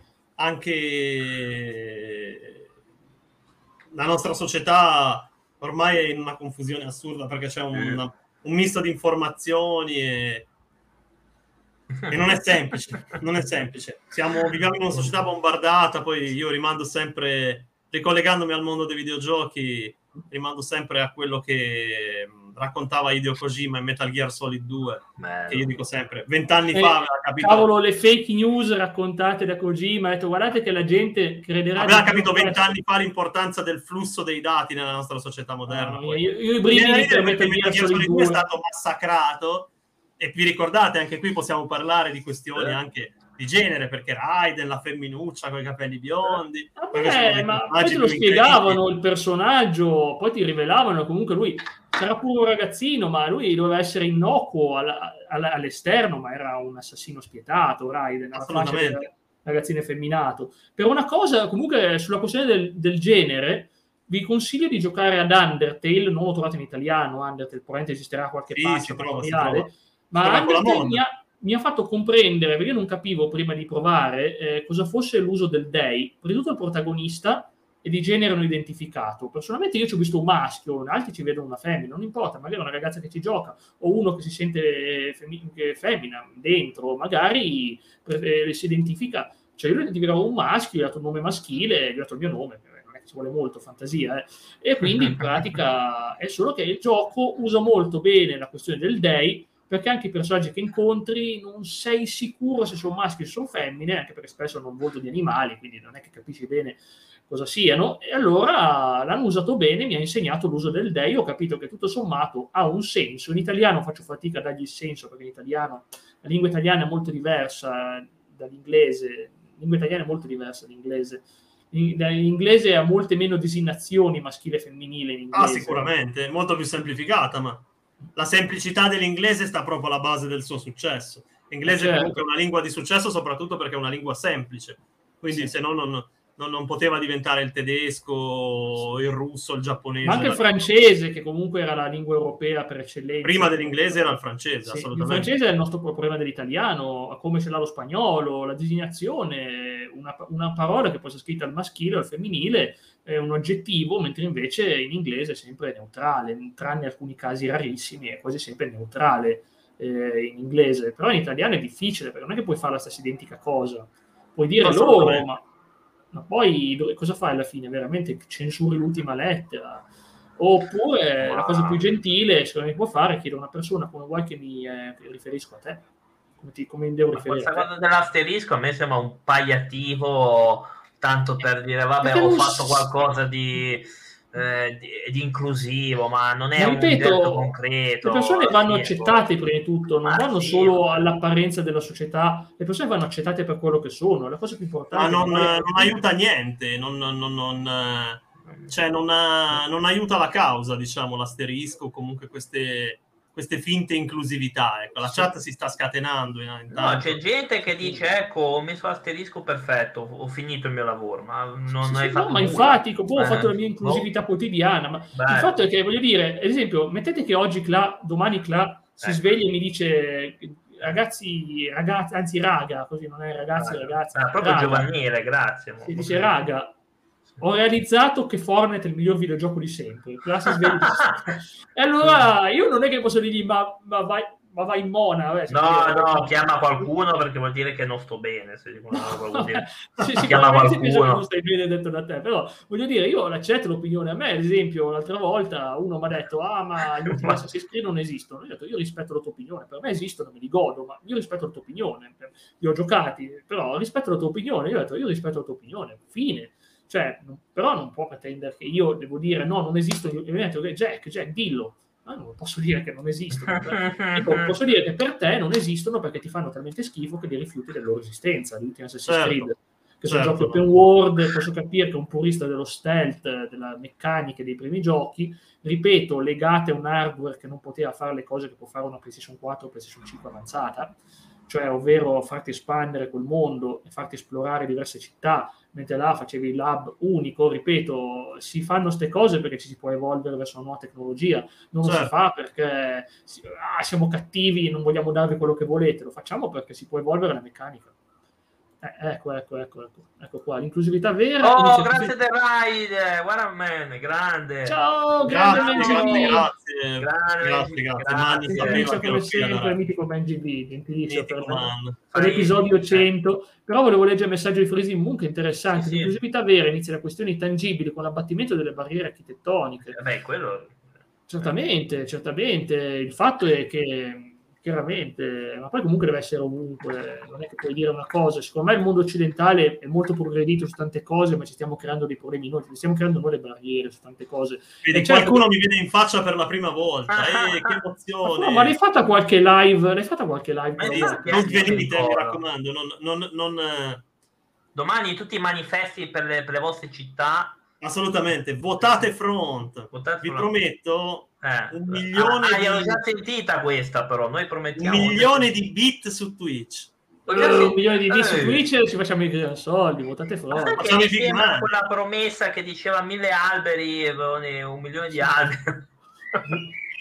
C: la nostra società ormai è in una confusione assurda, perché c'è un misto di informazioni e non è semplice, viviamo in una società bombardata. Poi io rimando sempre, ricollegandomi al mondo dei videogiochi, rimando sempre a quello che raccontava Hideo Kojima in Metal Gear Solid 2, che io dico sempre, 20 anni fa aveva capito...
A: Cavolo, le fake news raccontate da Kojima, ha detto guardate che la gente crederà...
C: Aveva capito 20 anni fa l'importanza del flusso dei dati nella nostra società moderna.
A: Io i brividi per Metal Gear Solid 2
C: è stato massacrato, e vi ricordate, anche qui possiamo parlare di questioni anche di genere, perché Raiden, la femminuccia con i capelli biondi,
A: ma poi te lo spiegavano il personaggio, poi ti rivelavano comunque lui era pure un ragazzino, ma lui doveva essere innocuo all'esterno, ma era un assassino spietato, Raiden, alla faccia del ragazzino effeminato. Per una cosa, comunque, sulla questione del genere, vi consiglio di giocare ad Undertale, non lo trovate in italiano, Undertale, probabilmente esisterà qualche patch tutoriale, ma mi ha fatto comprendere, perché io non capivo prima di provare cosa fosse l'uso del they, prima di tutto il protagonista e di genere non identificato. Personalmente io ci ho visto un maschio, altri ci vedono una femmina, non importa, magari una ragazza che ci gioca, o uno che si sente femmina dentro, magari si identifica, cioè io lo identificavo un maschio, gli ho dato un nome maschile, gli ho dato il mio nome, non è che ci vuole molto fantasia, e quindi in pratica è solo che il gioco usa molto bene la questione del they, perché anche i personaggi che incontri non sei sicuro se sono maschi o se sono femmine, anche perché spesso hanno un volto di animali, quindi non è che capisci bene cosa siano, e allora l'hanno usato bene, mi ha insegnato l'uso del they, ho capito che tutto sommato ha un senso. In italiano faccio fatica a dargli il senso, perché in italiano la lingua italiana è molto diversa dall'inglese, la lingua italiana è molto diversa dall'inglese. L'inglese ha molte meno designazioni maschile e femminile in inglese.
C: Sicuramente, è molto più semplificata, ma la semplicità dell'inglese sta proprio alla base del suo successo. L'inglese è comunque una lingua di successo, soprattutto perché è una lingua semplice, quindi se no non poteva diventare il tedesco, il russo, il giapponese.
A: Ma anche il francese, che comunque era la lingua europea per eccellenza.
C: Prima dell'inglese era il francese, assolutamente.
A: Il francese è il nostro problema dell'italiano, come ce l'ha lo spagnolo, la designazione, una parola che può essere scritta al maschile o al femminile, è un aggettivo, mentre invece in inglese è sempre neutrale, tranne alcuni casi rarissimi, è quasi sempre neutrale in inglese. Però in italiano è difficile, perché non è che puoi fare la stessa identica cosa. Puoi dire loro, ma poi cosa fai alla fine? Veramente censuri l'ultima lettera? Oppure la cosa più gentile, secondo me, può fare è chiedere a una persona come vuoi che mi riferisco a te, come mi devo riferire a te.
B: Questa cosa dell'asterisco a me sembra un palliativo, tanto per dire vabbè, ho fatto qualcosa di inclusivo, ma non è un detto concreto.
A: Le persone vanno accettate prima di tutto, non vanno solo all'apparenza della società, le persone vanno accettate per quello che sono, la cosa più importante.
C: Ma non aiuta niente, non aiuta la causa, diciamo, l'asterisco, comunque queste finte inclusività, ecco. La chat si sta scatenando
B: no, c'è gente che dice ecco, ho messo l'asterisco, perfetto, ho finito il mio lavoro, ma non hai fatto
A: ma infatti ho fatto la mia inclusività quotidiana, ma il fatto è che, voglio dire, ad esempio, mettete che oggi domani si sveglia e mi dice ragazzi, anzi raga, così non è ragazzi, ragazzi,
B: proprio raga. Giovanile, grazie.
A: Si dice raga, ho realizzato che Fortnite è il miglior videogioco di sempre. E allora io non è che posso dirgli ma vai in mona.
B: No, chiama qualcuno perché vuol dire che non sto bene.
A: Chiama qualcuno. Penso che non stai bene detto da te, però voglio dire, io l'accetto l'opinione. A me, ad esempio, l'altra volta uno mi ha detto ma gli ultimi Assassin's Creed non esistono. Io ho detto, io rispetto la tua opinione, per me esistono, me li godo, ma io rispetto la tua opinione. Li ho giocati, però rispetto la tua opinione. Io ho detto, io rispetto la tua opinione, fine. Cioè, però non può pretendere che io devo dire no, non esistono. Jack, dillo. Ma non posso dire che non esistono. Posso dire che per te non esistono perché ti fanno talmente schifo che li rifiuti della loro esistenza. L'ultima Assassin's Creed, che sono giochi open world, posso capire che un purista dello stealth, della meccanica dei primi giochi, ripeto, legate a un hardware che non poteva fare le cose che può fare una PlayStation 4 o PlayStation 5 avanzata, cioè ovvero farti espandere quel mondo e farti esplorare diverse città, mentre là facevi il lab unico. Ripeto, si fanno queste cose perché ci si può evolvere verso una nuova tecnologia, non lo si fa perché siamo cattivi e non vogliamo darvi quello che volete, lo facciamo perché si può evolvere la meccanica. Ecco qua, l'inclusività vera.
B: Grazie The Ride, guarda man, grande.
A: Ciao,
C: grazie.
A: Gentilissimo come sempre, mitico Benji B, gentilissimo per l'episodio 100. Però volevo leggere il messaggio di Freezing Moon, che è interessante. L'inclusività vera inizia da questioni tangibili con l'abbattimento delle barriere architettoniche.
B: Quello
A: certamente. Il fatto è che chiaramente, ma poi comunque deve essere ovunque, non è che puoi dire una cosa. Secondo me il mondo occidentale è molto progredito su tante cose, ma ci stiamo creando dei problemi noi, ci stiamo creando noi le barriere su tante cose.
C: Vedi, qualcuno mi vede in faccia per la prima volta, che emozione!
A: Ma l'hai fatta qualche live?
C: Non venite, mi raccomando, non...
B: Domani tutti i manifesti per le vostre città.
C: Assolutamente, votate Front. Vi prometto 1 milione
B: gliel'ho già sentita questa, però noi promettiamo
C: 1 milione di bit su Twitch.
A: 1 milione di bit su Twitch, ci facciamo i soldi, votate Front.
B: Quella promessa che diceva 1000 alberi, 1 milione di alberi.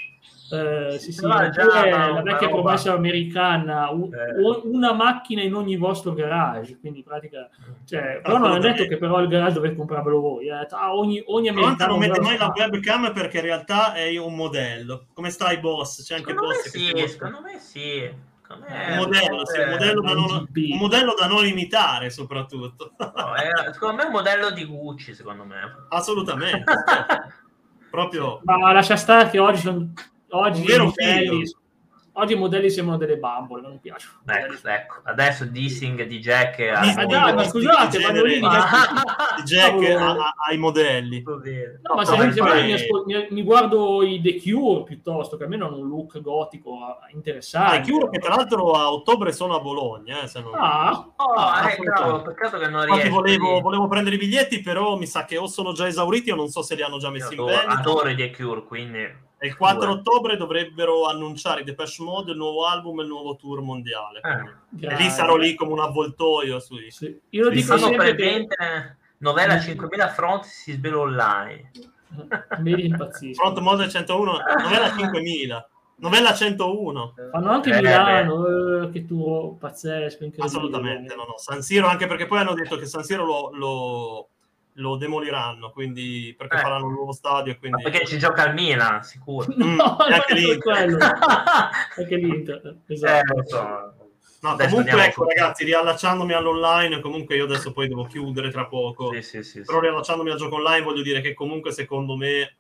A: Sì,
B: Però già,
A: oppure
B: ma
A: la vecchia
B: roba-
A: promessa americana, una macchina in ogni vostro garage, quindi in pratica, cioè, però non è detto che però il garage dovete comprarvelo voi, ogni
C: Però
A: americano
C: non mette
A: un
C: mai la
A: garage.
C: webcam perché in realtà è un modello. Come sta i boss? C'è anche
B: Secondo me
C: boss che si mostra.
B: secondo me sì. Secondo
C: Un
B: me
C: modello, sì, un
A: NGP.
C: modello da non imitare, soprattutto.
B: secondo me è un modello di Gucci, secondo me.
C: Assolutamente. Sì. Proprio
A: Ma lascia stare che oggi
C: un vero figlio.
A: oggi i modelli sembrano delle bambole, non mi piacciono.
B: Ecco, adesso dissing di Jack
A: Ma scusate, vanno lì
C: di Jack ai modelli.
A: No, ma se mi guardo i The Cure piuttosto, che almeno hanno un look gotico interessante.
C: I Cure che tra l'altro a ottobre sono a Bologna. Se non...
B: cavolo, peccato che non riesco.
C: Volevo prendere i biglietti, però mi sa che o sono già esauriti o non so se li hanno già messi in vendita.
B: Adoro i The Cure, quindi...
C: E il 4 ottobre dovrebbero annunciare i Depeche Mode, il nuovo album e il nuovo tour mondiale. E lì sarò lì come un avvoltoio sui...
A: Sì. Io lo dico sempre che...
B: Novella 5000 Front si svela online.
A: Mi impazzisco.
C: Front Mode 101, Novella 5000. Novella 101.
A: Fanno anche Milano, che tour pazzesco, incredibile.
C: Assolutamente, no. San Siro, anche perché poi hanno detto che San Siro lo demoliranno, quindi perché faranno un nuovo stadio. Quindi...
B: Ma perché ci gioca il Milan, sicuro.
A: No,
C: anche
A: l'Inter. Anche l'Inter, esatto.
B: Lo so.
C: No, comunque ecco ragazzi, riallacciandomi all'online, comunque io adesso poi devo chiudere tra poco, però riallacciandomi al gioco online voglio dire che comunque secondo me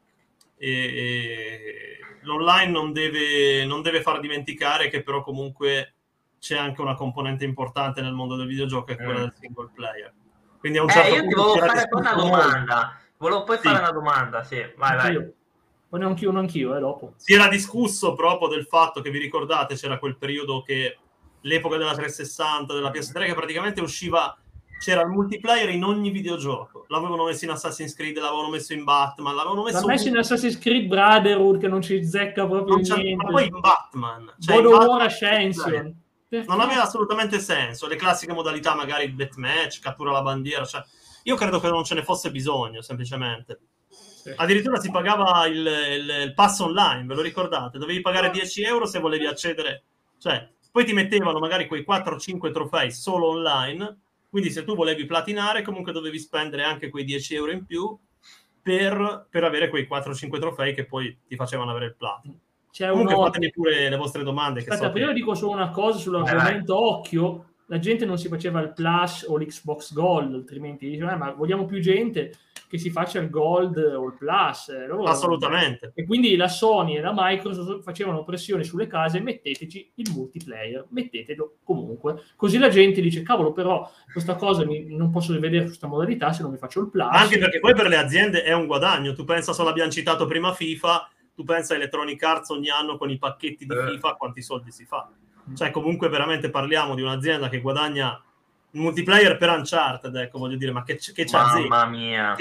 C: l'online non deve far dimenticare che però comunque c'è anche una componente importante nel mondo del videogioco, è quella del single player. Quindi a un certo
B: punto io ti volevo fare una domanda. Volevo poi fare una domanda, sì, vai.
A: Poi ne anch'io, dopo.
C: Si era discusso proprio del fatto che, vi ricordate, c'era quel periodo che l'epoca della 360, della PS3, che praticamente c'era il multiplayer in ogni videogioco. L'avevano messo in Assassin's Creed, l'avevano messo in Batman, l'avevano messo
A: in Assassin's Creed Brotherhood, che non ci zecca proprio niente.
C: Ma poi in Batman.
A: God of War Ascension.
C: Non aveva assolutamente senso. Le classiche modalità, magari il deathmatch, cattura la bandiera, cioè io credo che non ce ne fosse bisogno, semplicemente. Addirittura si pagava il pass online, ve lo ricordate? Dovevi pagare 10 euro se volevi accedere, cioè poi ti mettevano magari quei 4-5 trofei solo online, quindi se tu volevi platinare comunque dovevi spendere anche quei 10 euro in più per avere quei 4-5 trofei che poi ti facevano avere il platino. Comunque fatemi pure le vostre domande.
A: Aspetta, prima dico solo una cosa sull'argomento. Occhio, la gente non si faceva il Plus o l'Xbox Gold, altrimenti diceva ma vogliamo più gente che si faccia il Gold o il Plus.
C: Assolutamente.
A: E quindi la Sony e la Microsoft facevano pressione sulle case: metteteci il multiplayer, mettetelo comunque. Così la gente dice cavolo, però questa cosa non posso vedere questa modalità se non mi faccio il Plus.
C: Anche perché poi per le aziende è un guadagno. Tu pensa, solo abbiamo citato prima FIFA, tu pensa a Electronic Arts ogni anno con i pacchetti di FIFA quanti soldi si fa. Cioè comunque veramente parliamo di un'azienda che guadagna il multiplayer per Uncharted, ecco, voglio dire, ma che ci azzecca.
B: Mamma mia.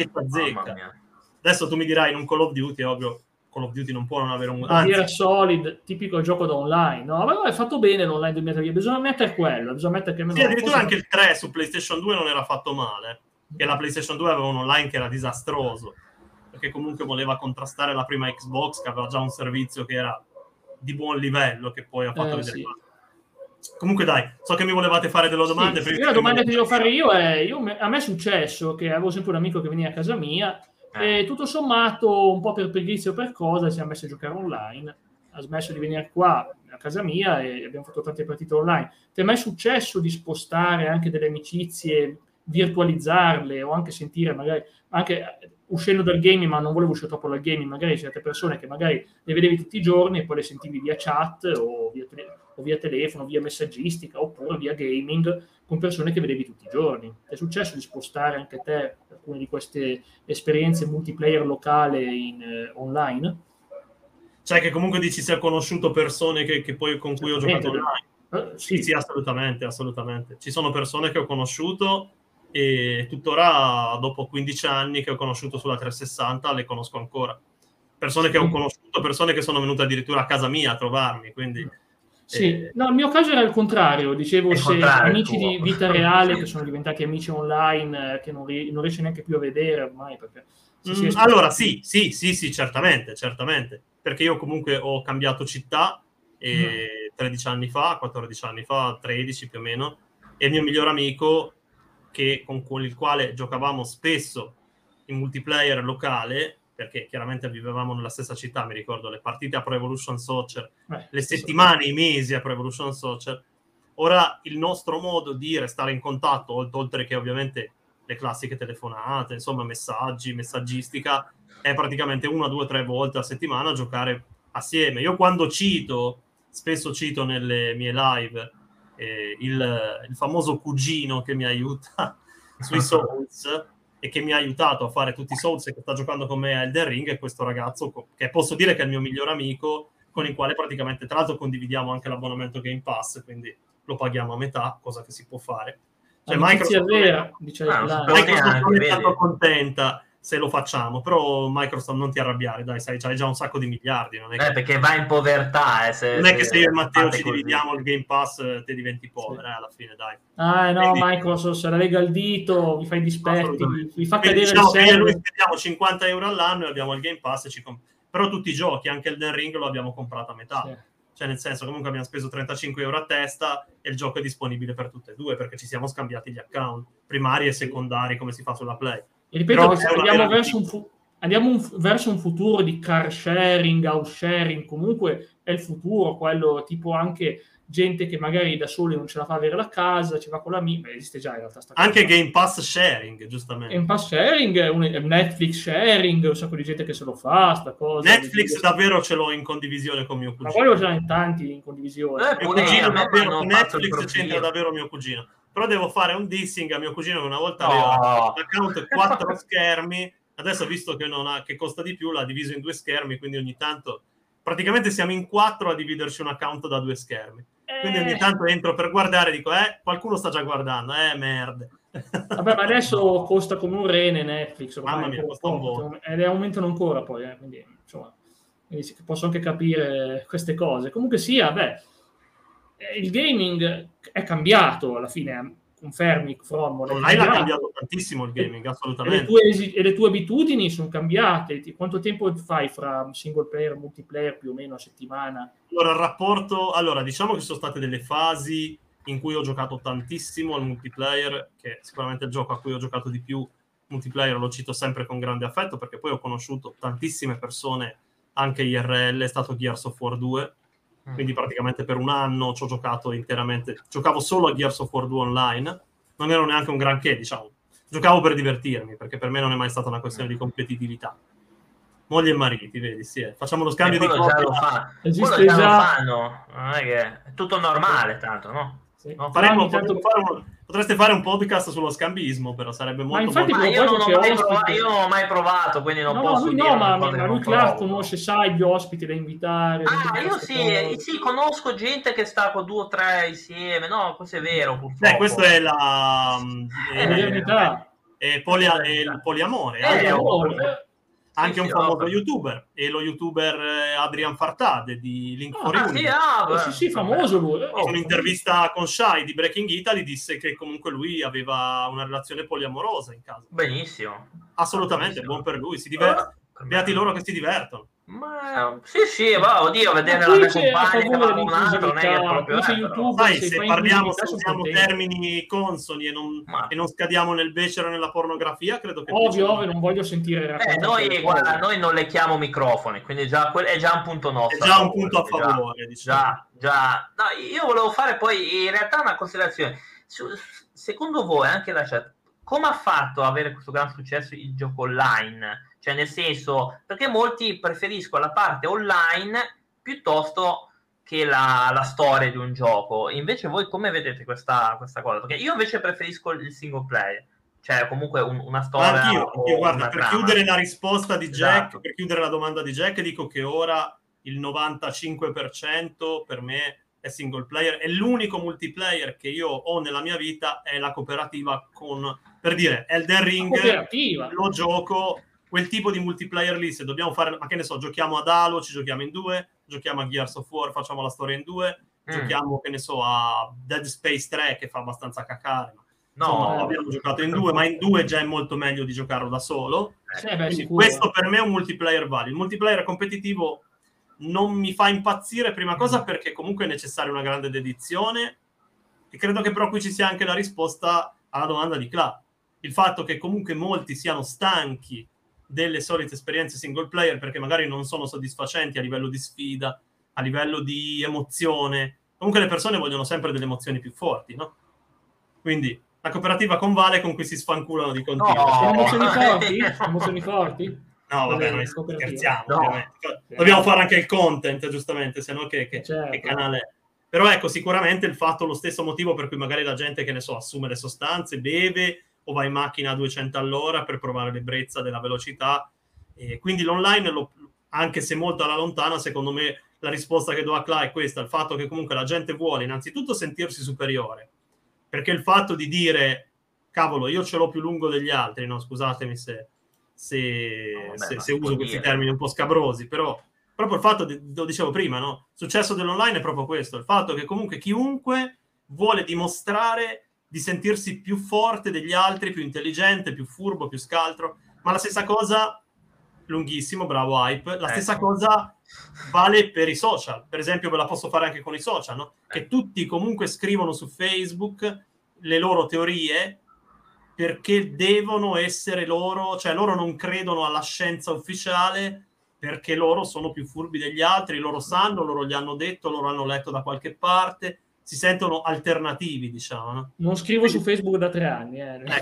C: Adesso tu mi dirai in un Call of Duty, ovvio, Call of Duty non può non avere un...
A: Gear Solid, tipico gioco da online. No, ma è fatto bene l'online del Metal Gear, bisogna mettere quello, bisogna mettere che
C: sì, addirittura anche il 3 su PlayStation 2 non era fatto male, che la PlayStation 2 aveva un online che era disastroso, perché comunque voleva contrastare la prima Xbox, che aveva già un servizio che era di buon livello, che poi ha fatto vedere
A: sì.
C: Comunque dai, so che mi volevate fare delle domande.
A: Sì, la domanda che devo fare io è, a me è successo che avevo sempre un amico che veniva a casa mia e tutto sommato, un po' per pigrizia o per cosa, si è messo a giocare online, ha smesso di venire qua a casa mia e abbiamo fatto tante partite online. Ti è mai successo di spostare anche delle amicizie, virtualizzarle o anche sentire magari, anche uscendo dal gaming, ma non volevo uscire troppo dal gaming, magari certe persone che magari le vedevi tutti i giorni e poi le sentivi via chat o via telefono, via messaggistica oppure via gaming con persone che vedevi tutti i giorni. È successo di spostare anche te alcune di queste esperienze multiplayer locale online?
C: Cioè che comunque dici si è conosciuto persone che poi con cui ho giocato online? Sì, assolutamente. Ci sono persone che ho conosciuto e tuttora dopo 15 anni che ho conosciuto sulla 360 le conosco ancora. Persone che ho conosciuto, persone che sono venute addirittura a casa mia a trovarmi, quindi...
A: Sì, no, il mio caso era il contrario, dicevo, amici di vita reale che sono diventati amici online, che non riesci neanche più a vedere ormai, perché
C: Allora sì, certamente, perché io comunque ho cambiato città 13 anni fa, 14 anni fa, 13 più o meno, e il mio miglior amico, con il quale giocavamo spesso in multiplayer locale, perché chiaramente vivevamo nella stessa città, mi ricordo le partite a Pro Evolution Soccer, le settimane, i mesi a Pro Evolution Soccer. Ora il nostro modo di restare in contatto, oltre che ovviamente le classiche telefonate, insomma messaggistica, è praticamente 1, 2, 3 volte a settimana giocare assieme. Io quando spesso cito nelle mie live il famoso cugino che mi aiuta sui Souls e che mi ha aiutato a fare tutti i Souls e che sta giocando con me a Elden Ring, è questo ragazzo che posso dire che è il mio miglior amico, con il quale praticamente, tra l'altro, condividiamo anche l'abbonamento Game Pass, quindi lo paghiamo a metà, cosa che si può fare. Cioè, Microsoft non è tanto contenta se lo facciamo, però Microsoft non ti arrabbiare, dai, sai, c'hai già un sacco di miliardi, non è che...
B: perché va in povertà,
C: non è che se io e Matteo ci dividiamo il Game Pass te diventi povero, alla fine, dai.
A: No, quindi, Microsoft se la lega il dito, vi fa i dispetti, vi fa cadere
C: diciamo
A: il server.
C: Noi spendiamo 50 euro all'anno e abbiamo il Game Pass però tutti i giochi, anche Elden Ring, lo abbiamo comprato a metà. Cioè, nel senso, comunque abbiamo speso 35 euro a testa e il gioco è disponibile per tutte e due, perché ci siamo scambiati gli account primari e secondari, come si fa sulla Play.
A: E ripeto, andiamo verso un futuro di car sharing, house sharing, comunque è il futuro, quello tipo anche gente che magari da soli non ce la fa avere la casa, ci va con l'amico, esiste già in realtà
C: anche cosa. Game Pass sharing, giustamente.
A: Game Pass sharing, Netflix sharing, un sacco di gente che se lo fa, sta cosa.
C: Netflix davvero ce l'ho in condivisione con mio cugino.
A: Ma quello ce l'ha in tanti in condivisione.
C: Mio cugino davvero, Netflix c'entra davvero mio cugino. Però devo fare un dissing a mio cugino che una volta aveva l'account 4 schermi, adesso visto che costa di più l'ha diviso in 2 schermi, quindi ogni tanto praticamente siamo in 4 a dividerci un account da 2 schermi. Quindi ogni tanto entro per guardare e dico, qualcuno sta già guardando, merda.
A: Vabbè, ma adesso costa come un rene Netflix.
C: Mamma mia, costa un po'.
A: E aumentano ancora poi, quindi, insomma, posso anche capire queste cose. Comunque sia, il gaming è cambiato alla fine, confermi, From.
C: Online ha cambiato tantissimo il gaming, assolutamente.
A: E le tue abitudini sono cambiate. Quanto tempo fai fra single player e multiplayer più o meno a settimana?
C: Allora, il rapporto... Allora, diciamo che ci sono state delle fasi in cui ho giocato tantissimo al multiplayer, che sicuramente è il gioco a cui ho giocato di più. Multiplayer lo cito sempre con grande affetto, perché poi ho conosciuto tantissime persone, anche IRL, è stato Gears of War 2, quindi praticamente per un anno ci ho giocato interamente. Giocavo solo a Gears of War 2 online, non ero neanche un granché, diciamo. Giocavo per divertirmi, perché per me non è mai stata una questione di competitività. Moglie e mariti, vedi, facciamo lo scambio di coppia.
B: Esiste già. Lo fanno, non è che è tutto normale, tanto, no?
A: Sì.
C: No, potreste fare un podcast sullo scambismo, però sarebbe molto
B: buono. Io non ho mai provato, quindi non posso dire.
A: Ma lui Clark conosce, sai, gli ospiti da invitare.
B: Io sì, conosco gente che sta con 2 o 3 insieme, no, questo è vero, purtroppo.
C: Questa è la
A: modernità.
C: Il poliamore. Anche un famoso youtuber, e lo youtuber Adrian Fartade di Link for You.
A: Sì, famoso lui.
C: In un'intervista con Shai di Breaking Italy disse che comunque lui aveva una relazione poliamorosa in casa.
B: Benissimo.
C: Assolutamente, buon per lui, si diverte. Beati loro che si divertono.
B: Ma sì, oddio, vedere la mia compagna che va con un altro non è che proprio
C: se parliamo, se usiamo termini consoni e non scadiamo nel becero e nella pornografia, credo che
A: ovvio, non voglio sentire
B: noi non lecchiamo microfoni, quindi è già un punto nostro.
C: È già un punto a favore, diciamo.
B: Già. No, io volevo fare poi in realtà una considerazione. Secondo voi, anche la chat, come ha fatto ad avere questo gran successo il gioco online? Cioè, nel senso, perché molti preferiscono la parte online piuttosto che la storia di un gioco. Invece voi come vedete questa cosa? Perché io invece preferisco il single player, cioè comunque una storia.
C: Anch'io, guarda, per chiudere la risposta di Jack, per chiudere la domanda di Jack, dico che ora il 95% per me è single player, e l'unico multiplayer che io ho nella mia vita è la cooperativa per dire, Elden Ring lo gioco. Quel tipo di multiplayer lì, se dobbiamo fare, ma che ne so, giochiamo ad Halo, ci giochiamo in 2, giochiamo a Gears of War, facciamo la storia in 2, giochiamo, che ne so, a Dead Space 3, che fa abbastanza cacare. Insomma, abbiamo giocato in 2, ma in 2 già è molto meglio di giocarlo da solo. Quindi questo per me è un multiplayer valido. Il multiplayer competitivo non mi fa impazzire, prima cosa perché comunque è necessaria una grande dedizione, e credo che però qui ci sia anche la risposta alla domanda di Cla. Il fatto che comunque molti siano stanchi delle solite esperienze single player perché magari non sono soddisfacenti a livello di sfida, a livello di emozione. Comunque le persone vogliono sempre delle emozioni più forti, no? Quindi la cooperativa con Vale con cui si sfanculano di continuo.
A: Sono emozioni forti? Sono emozioni forti?
C: No, vabbè, noi scherziamo,
B: no.
C: ovviamente. Dobbiamo fare anche il content, giustamente, se no che
A: certo.
C: canale è. Però ecco, sicuramente il fatto, lo stesso motivo per cui magari la gente, che ne so, assume le sostanze, beve o va in macchina a 200 all'ora per provare l'ebbrezza della velocità. E quindi l'online, anche se molto alla lontana, secondo me la risposta che do a Cla è questa, il fatto che comunque la gente vuole innanzitutto sentirsi superiore, perché il fatto di dire cavolo, io ce l'ho più lungo degli altri, no? Scusatemi se uso questi termini un po' scabrosi, però proprio il fatto, lo dicevo prima, no? Il successo dell'online è proprio questo, il fatto che comunque chiunque vuole dimostrare di sentirsi più forte degli altri, più intelligente, più furbo, più scaltro, ma la stessa cosa, lunghissimo, bravo Hype, la stessa cosa vale per i social. Per esempio ve la posso fare anche con i social, no? Che tutti comunque scrivono su Facebook le loro teorie perché devono essere loro, cioè loro non credono alla scienza ufficiale perché loro sono più furbi degli altri, loro sanno, loro gli hanno detto, loro hanno letto da qualche parte, si sentono alternativi, diciamo, no?
A: Non scrivo su Facebook da 3 anni.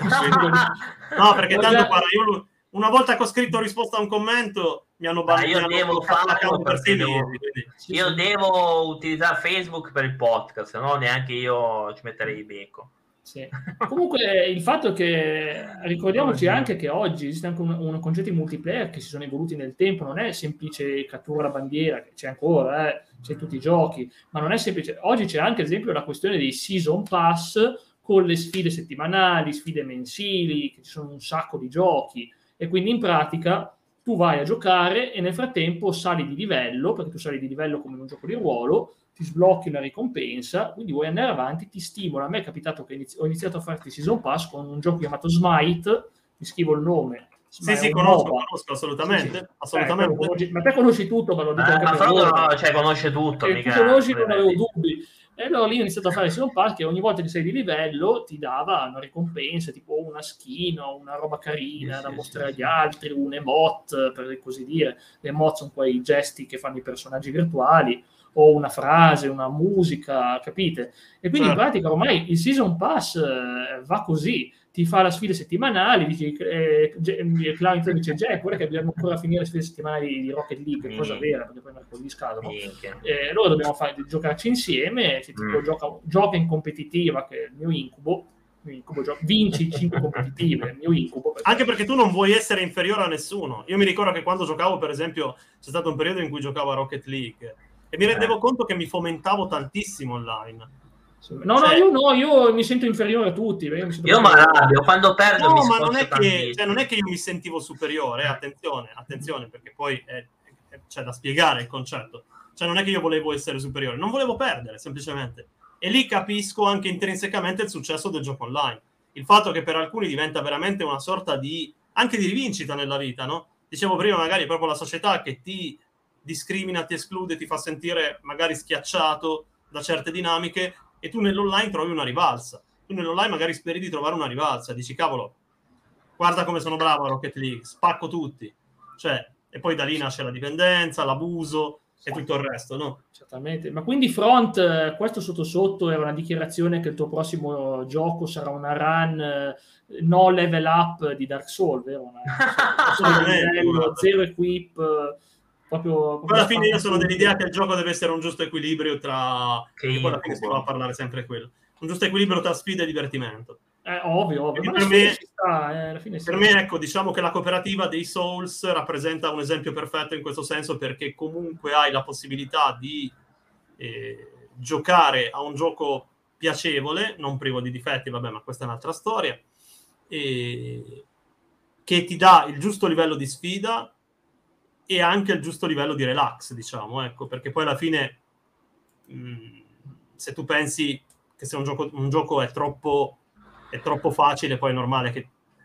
C: No, perché tanto guarda, io una volta che ho scritto risposta a un commento mi hanno
B: io devo farlo perché io devo utilizzare Facebook per il podcast, se no neanche io ci metterei il becco.
A: Sì. Comunque il fatto è che ricordiamoci anche che oggi esiste anche un concetto di multiplayer che si sono evoluti nel tempo, non è semplice cattura la bandiera, che c'è ancora, c'è tutti i giochi, ma non è semplice. Oggi c'è anche ad esempio la questione dei season pass con le sfide settimanali, sfide mensili, che ci sono un sacco di giochi, e quindi in pratica tu vai a giocare e nel frattempo sali di livello, perché tu sali di livello come in un gioco di ruolo, ti sblocchi una ricompensa, quindi vuoi andare avanti, ti stimola. A me è capitato che ho iniziato a farti Season Pass con un gioco chiamato Smite, ti scrivo il nome.
C: Sì, conosco assolutamente.
A: Sì.
C: Assolutamente.
A: Ma te conosci tutto, ma lo dico anche per
B: no, cioè conosce tutto.
A: Tu conosci, non avevo dubbi. E allora lì ho iniziato a fare Season Pass che ogni volta che sei di livello ti dava una ricompensa, tipo una skin o una roba carina da mostrare agli altri, un emote, per così dire. Le emote sono quei gesti che fanno i personaggi virtuali, o una frase, una musica, capite? E quindi in pratica ormai il Season Pass va così, ti fa le sfide settimanali, dici, Clown dice, guarda che dobbiamo ancora finire le sfide settimanali di Rocket League, cosa vera, perché poi mercoledì scadono. Allora dobbiamo giocarci insieme, se tipo gioca in competitiva, che è il mio incubo, vinci 5 competitive, il mio incubo.
C: Anche perché tu non vuoi essere inferiore a nessuno. Io mi ricordo che quando giocavo, per esempio, c'è stato un periodo in cui giocavo a Rocket League e mi rendevo conto che mi fomentavo tantissimo online.
A: Io mi sento inferiore a tutti.
B: Io mi arrabbio quando perdo.
C: No, ma non è che io mi sentivo superiore, attenzione, perché poi c'è da spiegare il concetto. Cioè non è che io volevo essere superiore, non volevo perdere, semplicemente. E lì capisco anche intrinsecamente il successo del gioco online. Il fatto che per alcuni diventa veramente una sorta anche di rivincita nella vita, no? Dicevo prima, magari proprio la società che ti discrimina, ti esclude, ti fa sentire magari schiacciato da certe dinamiche, e tu nell'online trovi una rivalsa. Tu nell'online magari speri di trovare una rivalsa, dici cavolo, guarda come sono bravo a Rocket League, spacco tutti. E poi da lì nasce la dipendenza, l'abuso e tutto il resto, no?
A: Certamente. Ma quindi Front, questo sotto era una dichiarazione che il tuo prossimo gioco sarà una run no level up di Dark Souls, vero? Zero equip, proprio
C: alla fine io sono dell'idea che il gioco deve essere un giusto equilibrio tra che poi alla fine si va a parlare sempre quello, un giusto equilibrio tra sfida e divertimento.
A: Ovvio.
C: Ma per me, ecco, diciamo che la cooperativa dei Souls rappresenta un esempio perfetto in questo senso, perché comunque hai la possibilità di giocare a un gioco piacevole, non privo di difetti, vabbè, ma questa è un'altra storia, che ti dà il giusto livello di sfida e anche il giusto livello di relax, diciamo, ecco, perché poi alla fine se tu pensi che se un gioco è troppo facile, poi è normale che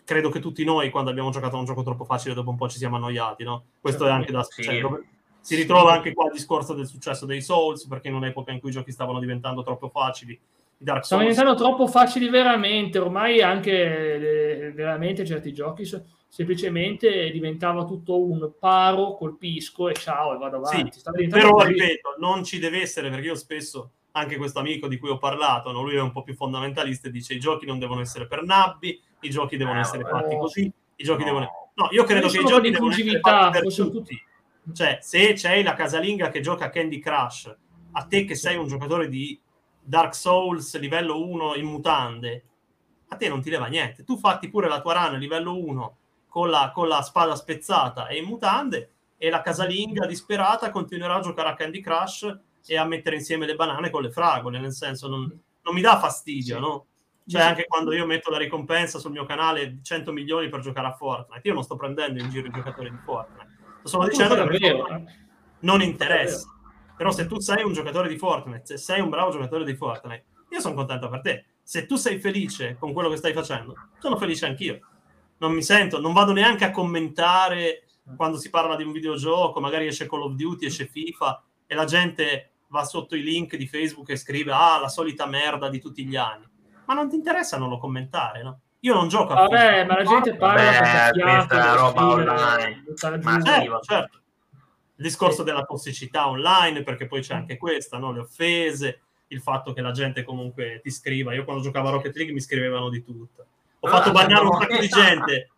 C: credo che tutti noi, quando abbiamo giocato a un gioco troppo facile, dopo un po' ci siamo annoiati, no? Questo è anche da... Cioè, si ritrova anche qua il discorso del successo dei Souls, perché in un'epoca in cui i giochi stavano diventando troppo facili, Dark Souls...
A: Stanno diventando troppo facili veramente, ormai anche veramente certi giochi semplicemente diventava tutto un paro, colpisco e ciao e vado avanti.
C: Sì, però così. Ripeto, non ci deve essere, perché io spesso, anche questo amico di cui ho parlato, no? Lui è un po' più fondamentalista e dice i giochi non devono essere per nabbi, i giochi devono essere fatti così, i giochi devono... No, io credo che i giochi devono essere fatti per tutti. Cioè, se c'hai la casalinga che gioca a Candy Crush, a te che sei un giocatore di Dark Souls livello 1 in mutande, a te non ti leva niente. Tu fatti pure la tua run livello 1 con la spada spezzata e in mutande, e la casalinga disperata continuerà a giocare a Candy Crush e a mettere insieme le banane con le fragole, nel senso non mi dà fastidio, no? Cioè anche quando io metto la ricompensa sul mio canale di 100 milioni per giocare a Fortnite, io non sto prendendo in giro i giocatori di Fortnite, sto dicendo che non interessa. Però se tu sei un giocatore di Fortnite, se sei un bravo giocatore di Fortnite, io sono contento per te. Se tu sei felice con quello che stai facendo, sono felice anch'io. Non mi sento, non vado neanche a commentare quando si parla di un videogioco, magari esce Call of Duty, esce FIFA, e la gente va sotto i link di Facebook e scrive la solita merda di tutti gli anni. Ma non ti interessa non lo commentare, no? Io non gioco a
A: FIFA. Ma la gente parla
B: questa roba online.
C: Certo. Il discorso della tossicità online, perché poi c'è anche questa, no? Le offese, il fatto che la gente comunque ti scriva. Io quando giocavo a Rocket League mi scrivevano di tutto. Ho fatto bannare un sacco di gente.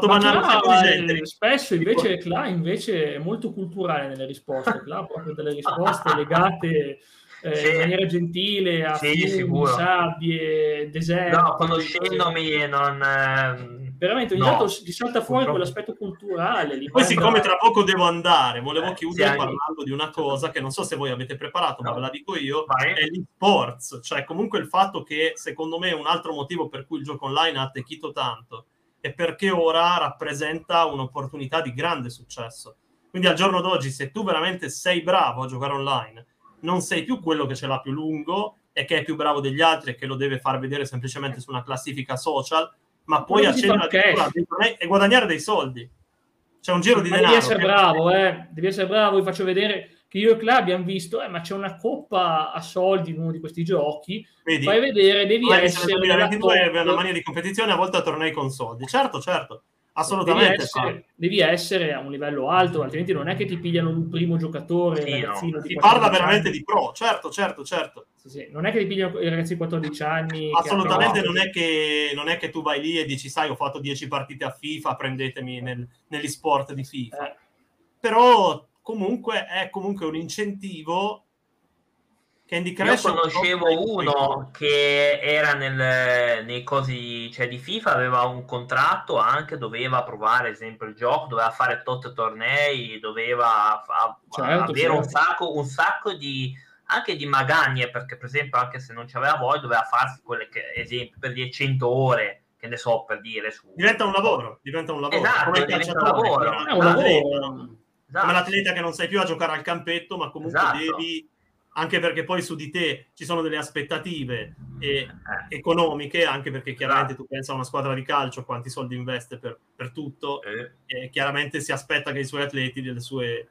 A: Spesso invece Cla invece è molto culturale nelle risposte. Cla proprio delle risposte legate in maniera gentile a fiumi, sabbie, deserti.
B: No, conoscendomi non...
A: Veramente ogni tanto ti salta fuori quell'aspetto culturale.
C: Poi siccome tra poco devo andare, volevo chiudere parlando di una cosa che non so se voi avete preparato, ma ve la dico io, è l'e-sports. Cioè comunque il fatto che secondo me un altro motivo per cui il gioco online ha attecchito tanto è perché ora rappresenta un'opportunità di grande successo. Quindi al giorno d'oggi, se tu veramente sei bravo a giocare online, non sei più quello che ce l'ha più lungo e che è più bravo degli altri e che lo deve far vedere semplicemente su una classifica social, ma puoi accedere e guadagnare dei soldi. C'è un giro di denaro.
A: Devi essere bravo, devi essere bravo. Vi faccio vedere che io e Cla abbiamo visto, ma c'è una coppa a soldi in uno di questi giochi.
C: Vedi?
A: Fai vedere, devi essere
C: una mania di competizione, a volte a tornei con soldi. Certo, assolutamente.
A: Devi essere a un livello alto, altrimenti non è che ti pigliano un primo giocatore.
C: Si parla veramente di pro, certo.
A: Sì. Non è che ti pigliano i ragazzi di 14 anni.
C: Assolutamente non è che tu vai lì e dici, sai, ho fatto 10 partite a FIFA, prendetemi negli sport di FIFA. Però comunque è comunque un incentivo.
B: Candy Crush. Io conoscevo uno che era nei cosi, cioè di FIFA, aveva un contratto anche, doveva provare ad esempio il gioco, doveva fare tot tornei, doveva avere un sacco di anche di magagne, perché per esempio anche se non c'aveva voglia doveva farsi quelle che, esempio, per dire 100 ore, che ne so, per dire
C: diventa un lavoro.
B: Esatto,
C: come
B: diventa un lavoro.
C: Come l'atleta che non sai più a giocare al campetto, ma comunque devi, anche perché poi su di te ci sono delle aspettative economiche, anche perché chiaramente tu pensa a una squadra di calcio quanti soldi investe per tutto, e chiaramente si aspetta che i suoi atleti delle sue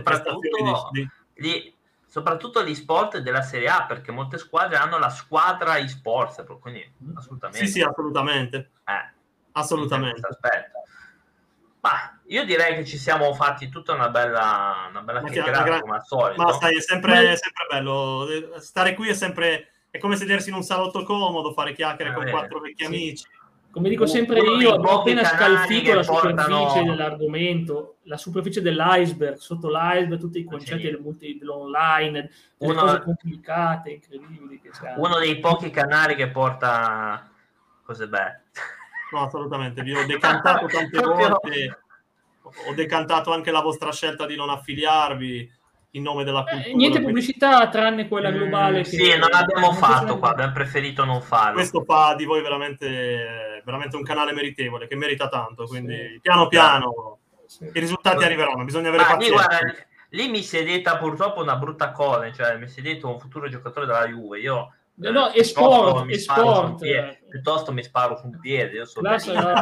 B: soprattutto gli sport della Serie A, perché molte squadre hanno la squadra e-sports, quindi assolutamente.
C: Sì, assolutamente. Assolutamente.
B: Ma io direi che ci siamo fatti tutta una bella chiacchierata come al solito.
C: Ma sai, è sempre bello stare qui, è come sedersi in un salotto comodo, fare chiacchiere con 4 vecchi amici.
A: Come dico sempre io, abbiamo appena scalfito la superficie dell'argomento, la superficie dell'iceberg, sotto l'iceberg tutti i concetti dell'online, delle cose complicate, incredibili che c'è.
B: Uno dei pochi canali che porta cose belle.
C: No, assolutamente, vi ho decantato tante volte, ho decantato anche la vostra scelta di non affiliarvi in nome della cultura.
A: Niente pubblicità tranne quella globale.
B: Sì, non l'abbiamo fatto qua, abbiamo preferito non farlo.
C: Questo fa di voi veramente un canale meritevole, che merita tanto, quindi piano piano i risultati arriveranno, bisogna avere pazienza.
B: Guarda, lì mi si è detta purtroppo una brutta cosa, cioè mi si è detto un futuro giocatore della Juve, io
A: No, è sport.
B: Piuttosto mi sparo su un piede. Io so
A: ma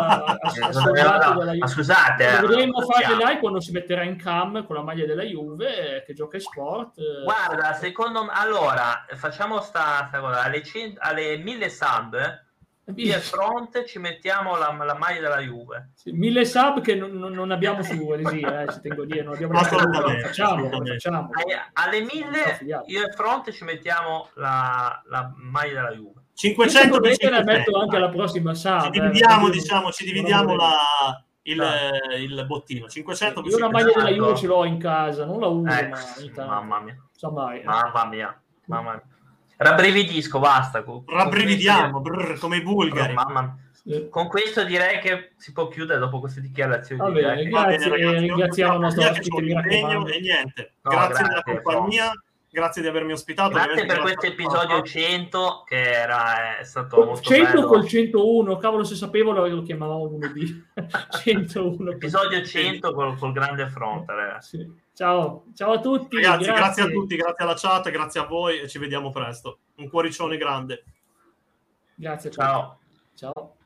B: scusate,
A: lo vedremo fare live quando si metterà in cam con la maglia della Juve che gioca in sport.
B: Guarda, secondo me, allora facciamo sta cosa alle 1000 sub. Via fronte ci mettiamo la maglia della Juve.
A: 1000 sub che non abbiamo su Eresia, ci tengo a dire, non abbiamo facciamo.
B: Alle 1000 io e fronte ci mettiamo la maglia della Juve.
C: 500
A: la metto anche alla prossima sub.
C: Ci dividiamo il bottino. 500
A: io una maglia della Juve ce l'ho in casa, non la uso
B: mamma mia.
A: Mamma
B: mia. Rabbrividisco, basta.
C: Rabbrividiamo come i bulgari.
B: Con questo direi che si può chiudere dopo queste dichiarazioni.
A: Grazie, ringraziamo il nostro ospite, mi raccomando.
C: E niente, grazie della compagnia, grazie di avermi ospitato.
B: Grazie per questo episodio 100 che è stato molto
A: 100
B: bello.
A: Col 101, cavolo, se sapevo lo chiamavamo lunedì. 101.
B: Episodio 100 col grande fronte, ragazzi.
A: Sì. Ciao a tutti.
C: Ragazzi, grazie a tutti, grazie alla chat, grazie a voi e ci vediamo presto. Un cuoricione grande.
A: Grazie a tutti.
B: Ciao.